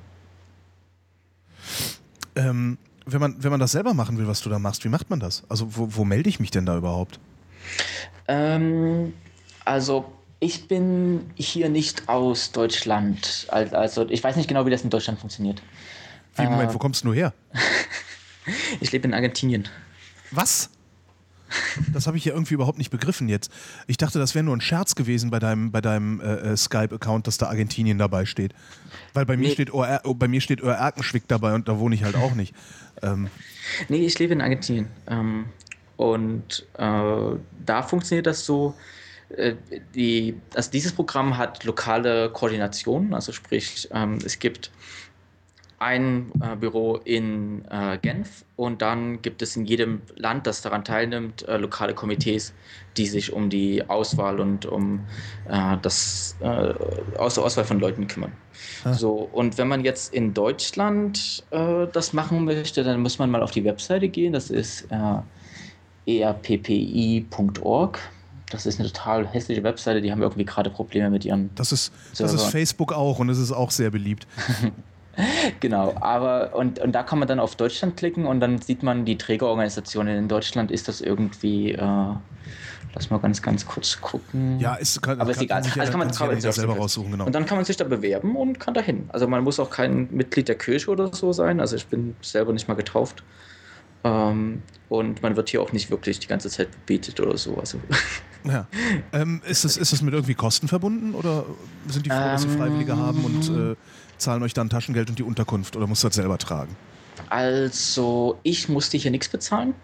Ähm, wenn man, wenn man das selber machen will, was du da machst, wie macht man das? Also wo, wo melde ich mich denn da überhaupt? Ähm, also ich bin hier nicht aus Deutschland. Also ich weiß nicht genau, wie das in Deutschland funktioniert. Wie, Moment, äh, wo kommst du her? Ich lebe in Argentinien. Was? Das habe ich ja irgendwie überhaupt nicht begriffen jetzt. Ich dachte, das wäre nur ein Scherz gewesen bei deinem, bei deinem äh, Skype-Account, dass da Argentinien dabei steht. Weil bei mir nee. steht Oer, bei mir steht Oer-Erkenschwick dabei und da wohne ich halt auch nicht. Ähm. Nee, ich lebe in Argentinien. Ähm, und äh, da funktioniert das so, äh, die, also dieses Programm hat lokale Koordination, also sprich, ähm, es gibt ein äh, Büro in äh, Genf und dann gibt es in jedem Land, das daran teilnimmt, äh, lokale Komitees, die sich um die Auswahl und um äh, das äh, Aus- Auswahl von Leuten kümmern. Ah. So, und wenn man jetzt in Deutschland äh, das machen möchte, dann muss man mal auf die Webseite gehen, das ist äh, e r p p i punkt org. Das ist eine total hässliche Webseite, die haben irgendwie gerade Probleme mit ihren Das ist, das ist Facebook auch und es ist auch sehr beliebt. Genau, aber und, und da kann man dann auf Deutschland klicken und dann sieht man die Trägerorganisationen. In Deutschland ist das irgendwie, äh, lass mal ganz, ganz kurz gucken. Ja, ist, kann, aber ist kann, egal. Kann sich also kann man, kann kann sich selber raussuchen, genau. Und dann kann man sich da bewerben und kann da hin. Also man muss auch kein Mitglied der Kirche oder so sein. Also ich bin selber nicht mal getauft. Ähm, und man wird hier auch nicht wirklich die ganze Zeit bebetet oder so. Also ja. ähm, ist es ist es mit irgendwie Kosten verbunden oder sind die froh, dass sie Freiwillige haben und äh, zahlen euch dann Taschengeld und die Unterkunft oder musst du das selber tragen? Also ich musste hier nichts bezahlen.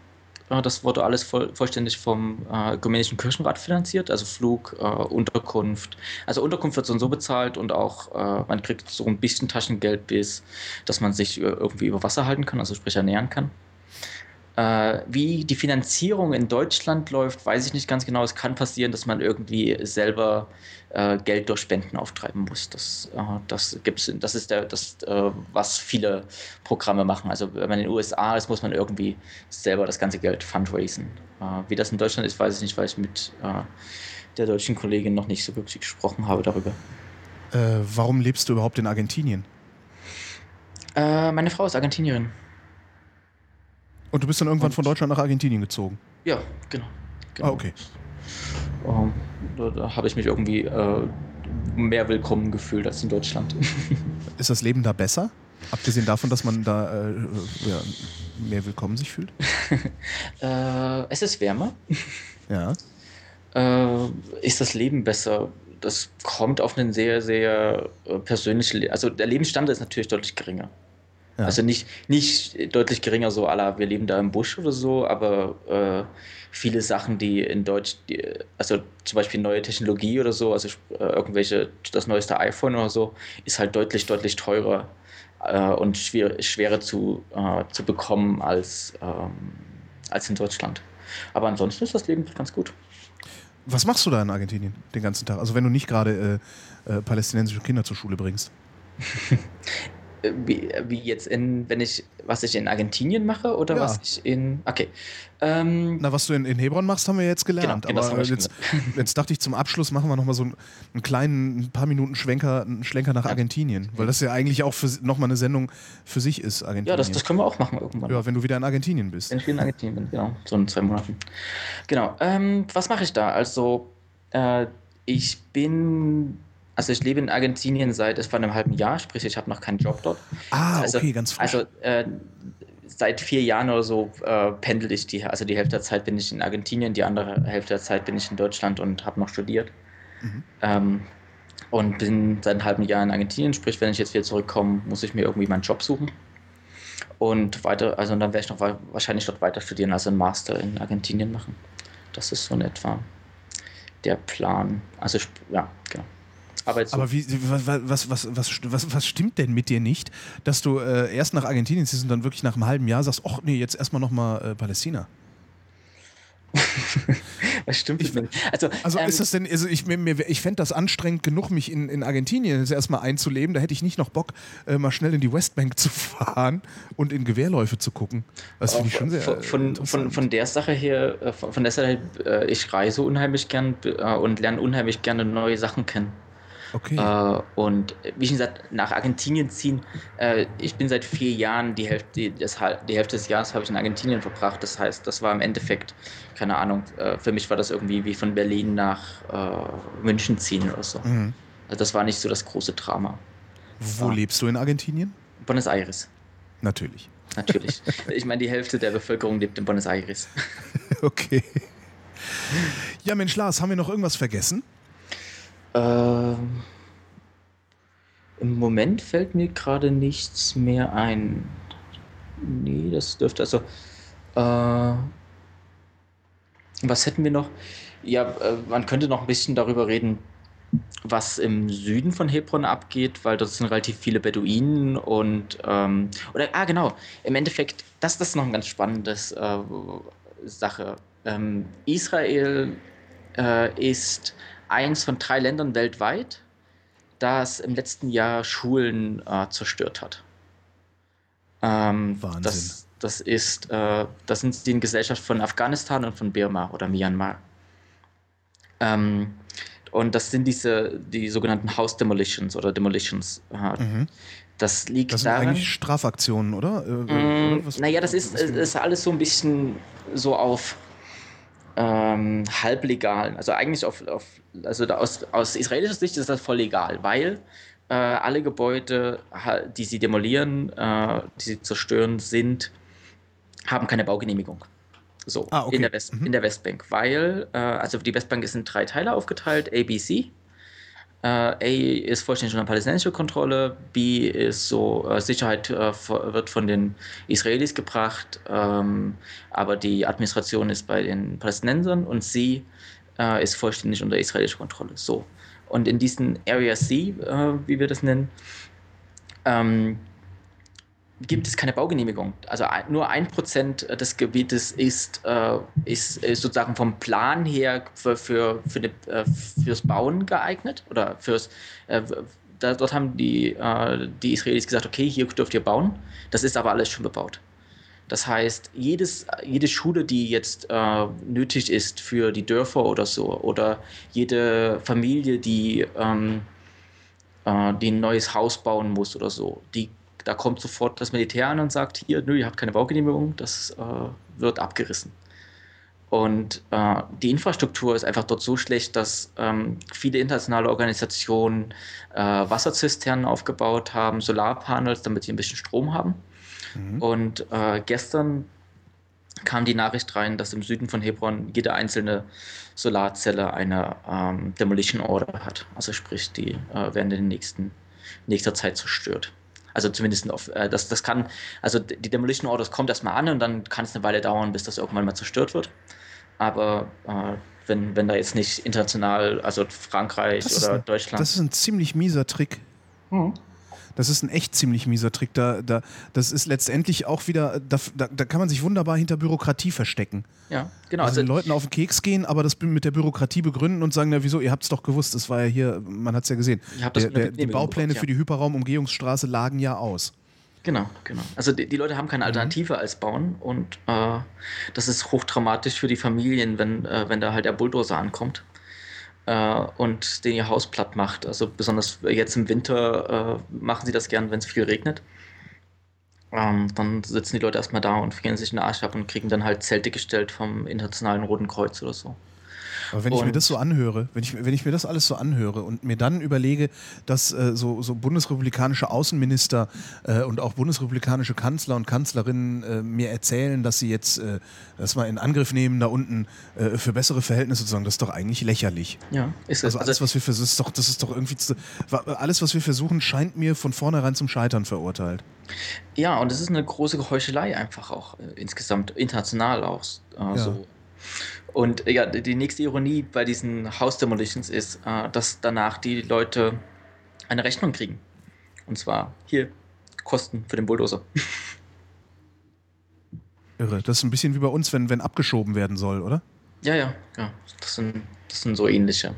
Äh, das wurde alles voll, vollständig vom äh, Ökumenischen Kirchenrat finanziert, also Flug, äh, Unterkunft. Also Unterkunft wird so und so bezahlt und auch äh, man kriegt so ein bisschen Taschengeld, bis dass man sich irgendwie über Wasser halten kann, also sprich ernähren kann. Äh, wie die Finanzierung in Deutschland läuft, weiß ich nicht ganz genau. Es kann passieren, dass man irgendwie selber äh, Geld durch Spenden auftreiben muss. Das, äh, das gibt's, das ist der, das, äh, was viele Programme machen. Also wenn man in den U S A ist, muss man irgendwie selber das ganze Geld fundraisen. Äh, wie das in Deutschland ist, weiß ich nicht, weil ich mit äh, der deutschen Kollegin noch nicht so wirklich gesprochen habe darüber. Äh, warum lebst du überhaupt in Argentinien? Äh, meine Frau ist Argentinierin. Und du bist dann irgendwann von Deutschland nach Argentinien gezogen? Ja, genau. genau. Ah, okay. Um, da da habe ich mich irgendwie äh, mehr willkommen gefühlt als in Deutschland. Ist das Leben da besser? Abgesehen davon, dass man da äh, ja, mehr willkommen sich fühlt? äh, es ist wärmer. Ja. Äh, ist das Leben besser? Das kommt auf einen sehr, sehr äh, persönlichen... Le- Also der Lebensstandard ist natürlich deutlich geringer. Ja. Also nicht, nicht deutlich geringer so à la, wir leben da im Busch oder so, aber äh, viele Sachen, die in Deutsch, die, also zum Beispiel neue Technologie oder so, also äh, irgendwelche, das neueste iPhone oder so, ist halt deutlich, deutlich teurer äh, und schwer, schwerer zu, äh, zu bekommen als, ähm, als in Deutschland. Aber ansonsten ist das Leben ganz gut. Was machst du da in Argentinien den ganzen Tag? Also wenn du nicht gerade äh, äh, palästinensische Kinder zur Schule bringst. Wie, wie jetzt in, wenn ich, was ich in Argentinien mache oder Ja. was ich in, okay. Ähm, Na, was du in, in Hebron machst, haben wir jetzt gelernt. Genau, das Aber haben wir jetzt, jetzt dachte ich, zum Abschluss machen wir nochmal so einen, einen kleinen, ein paar Minuten Schwenker, einen Schlenker nach Ja. Argentinien. Weil das ja eigentlich auch nochmal eine Sendung für sich ist, Argentinien. ja, das, das können wir auch machen irgendwann. Ja, wenn du wieder in Argentinien bist. Wenn ich wieder in Argentinien bin, genau, so in zwei Monaten. Genau, ähm, was mache ich da? Also, äh, ich bin, also ich lebe in Argentinien seit etwa einem halben Jahr, sprich, ich habe noch keinen Job dort. Ah, also, okay, ganz frisch. Also, äh, seit vier Jahren oder so äh, pendel ich die, also die Hälfte der Zeit bin ich in Argentinien, die andere Hälfte der Zeit bin ich in Deutschland und habe noch studiert. Mhm. Ähm, und bin seit einem halben Jahr in Argentinien, sprich, wenn ich jetzt wieder zurückkomme, muss ich mir irgendwie meinen Job suchen. Und weiter, also dann werde ich noch wa- wahrscheinlich dort weiter studieren, also einen Master in Argentinien machen. Das ist so in etwa der Plan. Also, sp- ja, genau. Arbeitssuche. Aber wie, was, was, was, was, was, was stimmt denn mit dir nicht, dass du äh, erst nach Argentinien ziehst und dann wirklich nach einem halben Jahr sagst, ach nee, jetzt erstmal nochmal äh, Palästina? Was stimmt Ich- mit mir? Also, Also ähm, ist das denn, also ich, mir, mir, ich fände das anstrengend genug, mich in, in Argentinien jetzt erstmal einzuleben. Da hätte ich nicht noch Bock, äh, mal schnell in die Westbank zu fahren und in Gewehrläufe zu gucken. Das finde ich schon sehr von, von, interessant. von, von der Sache her, äh, von, von der Sache her, äh, ich reise unheimlich gern äh, und lerne unheimlich gerne neue Sachen kennen. Okay. Äh, und äh, wie schon gesagt, nach Argentinien ziehen, äh, ich bin seit vier Jahren, die Hälfte, die, das, Hal- die Hälfte des Jahres habe ich in Argentinien verbracht. Das heißt, das war im Endeffekt, keine Ahnung, äh, für mich war das irgendwie wie von Berlin nach äh, München ziehen oder so. Mhm. Also das war nicht so das große Drama. Wo ah. lebst du in Argentinien? Buenos Aires, Natürlich. natürlich. Ich meine, die Hälfte der Bevölkerung lebt in Buenos Aires. Okay. Ja, Mensch, Lars, haben wir noch irgendwas vergessen? Ähm, Im Moment fällt mir gerade nichts mehr ein. Nee, das dürfte also. Äh, was hätten wir noch? Ja, äh, man könnte noch ein bisschen darüber reden, was im Süden von Hebron abgeht, weil dort sind relativ viele Beduinen und ähm, oder ah genau, im Endeffekt, das, das ist noch ein ganz spannendes äh, Sache. Ähm, Israel äh, ist eins von drei Ländern weltweit, das im letzten Jahr Schulen äh, zerstört hat. Ähm, Wahnsinn. Das, das ist, äh, das sind die in Gesellschaft von Afghanistan und von Birma oder Myanmar. Ähm, und das sind diese, die sogenannten House Demolitions oder Demolitions. Äh, Mhm. Das liegt Das sind daran. eigentlich Strafaktionen, oder? Äh, Mm, oder was- naja, das ist, was- es ist alles so ein bisschen so auf ähm, halblegalen, also eigentlich auf, auf also da aus, aus israelischer Sicht ist das voll legal, weil äh, alle Gebäude, ha- die sie demolieren, äh, die sie zerstören, sind, haben keine Baugenehmigung. So, Ah, okay. in, der West, Mhm. in der Westbank, weil, äh, also die Westbank ist in drei Teile aufgeteilt, A, B, C. Äh, A ist vollständig unter palästinensischer Kontrolle, B ist so, äh, Sicherheit äh, wird von den Israelis gebracht, ähm, aber die Administration ist bei den Palästinensern, und C äh, ist vollständig unter israelischer Kontrolle. So. Und in diesen Area C, äh, wie wir das nennen, ähm, gibt es keine Baugenehmigung. Also ein, nur ein Prozent des Gebietes ist, äh, ist, ist sozusagen vom Plan her für, für, für die, äh, fürs Bauen geeignet. Oder fürs, äh, da, dort haben die, äh, die Israelis gesagt, okay, hier dürft ihr bauen. Das ist aber alles schon bebaut. Das heißt, jedes, jede Schule, die jetzt äh, nötig ist für die Dörfer oder so, oder jede Familie, die, ähm, äh, die ein neues Haus bauen muss oder so, die da kommt sofort das Militär an und sagt, hier, nö, ihr habt keine Baugenehmigung, das äh, wird abgerissen. Und äh, die Infrastruktur ist einfach dort so schlecht, dass ähm, viele internationale Organisationen äh, Wasserzisternen aufgebaut haben, Solarpanels, damit sie ein bisschen Strom haben. Mhm. Und äh, gestern kam die Nachricht rein, dass im Süden von Hebron jede einzelne Solarzelle eine ähm, Demolition Order hat. Also sprich, die äh, werden in den nächsten, nächster Zeit zerstört. Also zumindest auf, äh, das, das kann, also die Demolition Orders kommt erstmal an und dann kann es eine Weile dauern, bis das irgendwann mal zerstört wird. Aber äh, wenn, wenn da jetzt nicht international, also Frankreich oder ein, Deutschland. Das ist ein ziemlich mieser Trick. Mhm. Das ist ein echt ziemlich mieser Trick. Da, da, das ist letztendlich auch wieder, da, da, da kann man sich wunderbar hinter Bürokratie verstecken. Ja, genau. Also, also den Leuten auf den Keks gehen, aber das mit der Bürokratie begründen und sagen, na wieso, ihr habt es doch gewusst, das war ja hier, man hat es ja gesehen. Der, der, die Baupläne bekommen, ja. für die Hyperraumumgehungsstraße lagen ja aus. Genau, genau. Also die, die Leute haben keine Alternative mhm. als Bauen, und äh, das ist hochdramatisch für die Familien, wenn, äh, wenn da halt der Bulldozer ankommt und den ihr Haus platt macht. Also besonders jetzt im Winter äh, machen sie das gern, wenn es viel regnet. Ähm, dann sitzen die Leute erstmal da und frieren sich den Arsch ab und kriegen dann halt Zelte gestellt vom Internationalen Roten Kreuz oder so. Aber wenn ich mir das so anhöre, wenn ich, wenn ich mir das alles so anhöre und mir dann überlege, dass äh, so, so bundesrepublikanische Außenminister äh, und auch bundesrepublikanische Kanzler und Kanzlerinnen äh, mir erzählen, dass sie jetzt äh, das mal in Angriff nehmen da unten äh, für bessere Verhältnisse zu sorgen, das ist doch eigentlich lächerlich. Ja, ist es. Also alles, was wir versuchen, ist doch, das ist doch irgendwie zu, alles, was wir versuchen, scheint mir von vornherein zum Scheitern verurteilt. Ja, und es ist eine große Heuchelei einfach auch äh, insgesamt, international auch äh, ja. so. Und ja, die nächste Ironie bei diesen House Demolitions ist, äh, dass danach die Leute eine Rechnung kriegen. Und zwar hier Kosten für den Bulldozer. Irre. Das ist ein bisschen wie bei uns, wenn, wenn abgeschoben werden soll, oder? Ja, ja, ja. Das sind, das sind so ähnliche.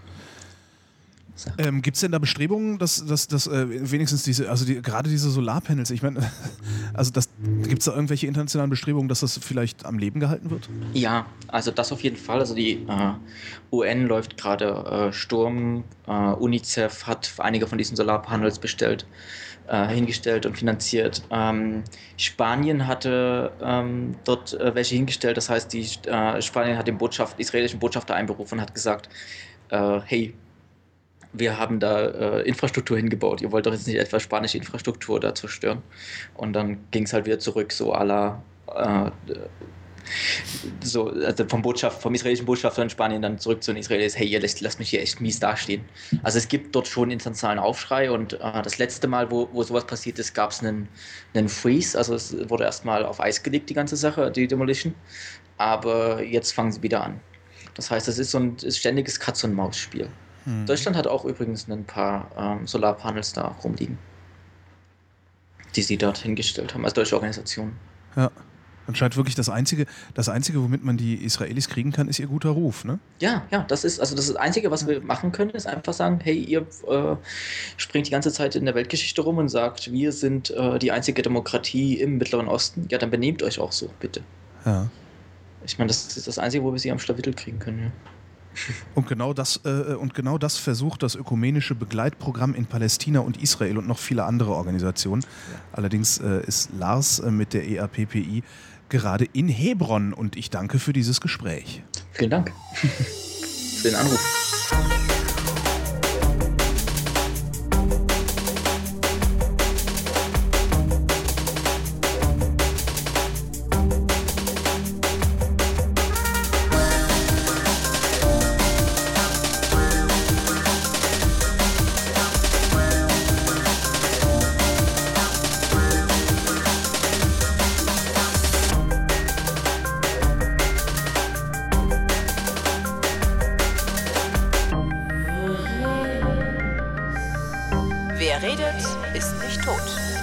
Ähm, Gibt es denn da Bestrebungen, dass, dass, dass äh, wenigstens diese, also die, gerade diese Solarpanels, ich meine, also gibt es da irgendwelche internationalen Bestrebungen, dass das vielleicht am Leben gehalten wird? Ja, also das auf jeden Fall. Also die äh, U N läuft gerade äh, Sturm, äh, UNICEF hat einige von diesen Solarpanels bestellt, äh, hingestellt und finanziert. Ähm, Spanien hatte ähm, dort äh, welche hingestellt, das heißt, die, äh, Spanien hat den Botschaft, israelischen Botschafter einberufen und hat gesagt, äh, hey, wir haben da äh, Infrastruktur hingebaut. Ihr wollt doch jetzt nicht etwa spanische Infrastruktur da zerstören. Und dann ging es halt wieder zurück, so à la äh, so, also vom, Botschaft, vom israelischen Botschafter in Spanien dann zurück zu den Israelis, hey, ihr lasst, lasst mich hier echt mies dastehen. Also es gibt dort schon internationalen Aufschrei, und äh, das letzte Mal, wo, wo sowas passiert ist, gab es einen, einen Freeze. Also es wurde erstmal auf Eis gelegt, die ganze Sache, die Demolition. Aber jetzt fangen sie wieder an. Das heißt, es ist so ein ist ständiges Katz-und-Maus-Spiel. Hm. Deutschland hat auch übrigens ein paar ähm, Solarpanels da rumliegen, die sie dort hingestellt haben, als deutsche Organisation. Ja, anscheinend wirklich das Einzige, das Einzige, womit man die Israelis kriegen kann, ist ihr guter Ruf, ne? Ja, ja, das ist also das Einzige, was wir machen können, ist einfach sagen, hey, ihr äh, springt die ganze Zeit in der Weltgeschichte rum und sagt, wir sind äh, die einzige Demokratie im Mittleren Osten. Ja, dann benehmt euch auch so, bitte. Ja. Ich meine, das ist das Einzige, wo wir sie am Schlawittel kriegen können, ja. Und genau das, äh, und genau das versucht das ökumenische Begleitprogramm in Palästina und Israel und noch viele andere Organisationen. Ja. Allerdings äh, ist Lars äh, mit der E A P P I gerade in Hebron, und ich danke für dieses Gespräch. Vielen Dank für den Anruf. Wer redet, ist nicht tot.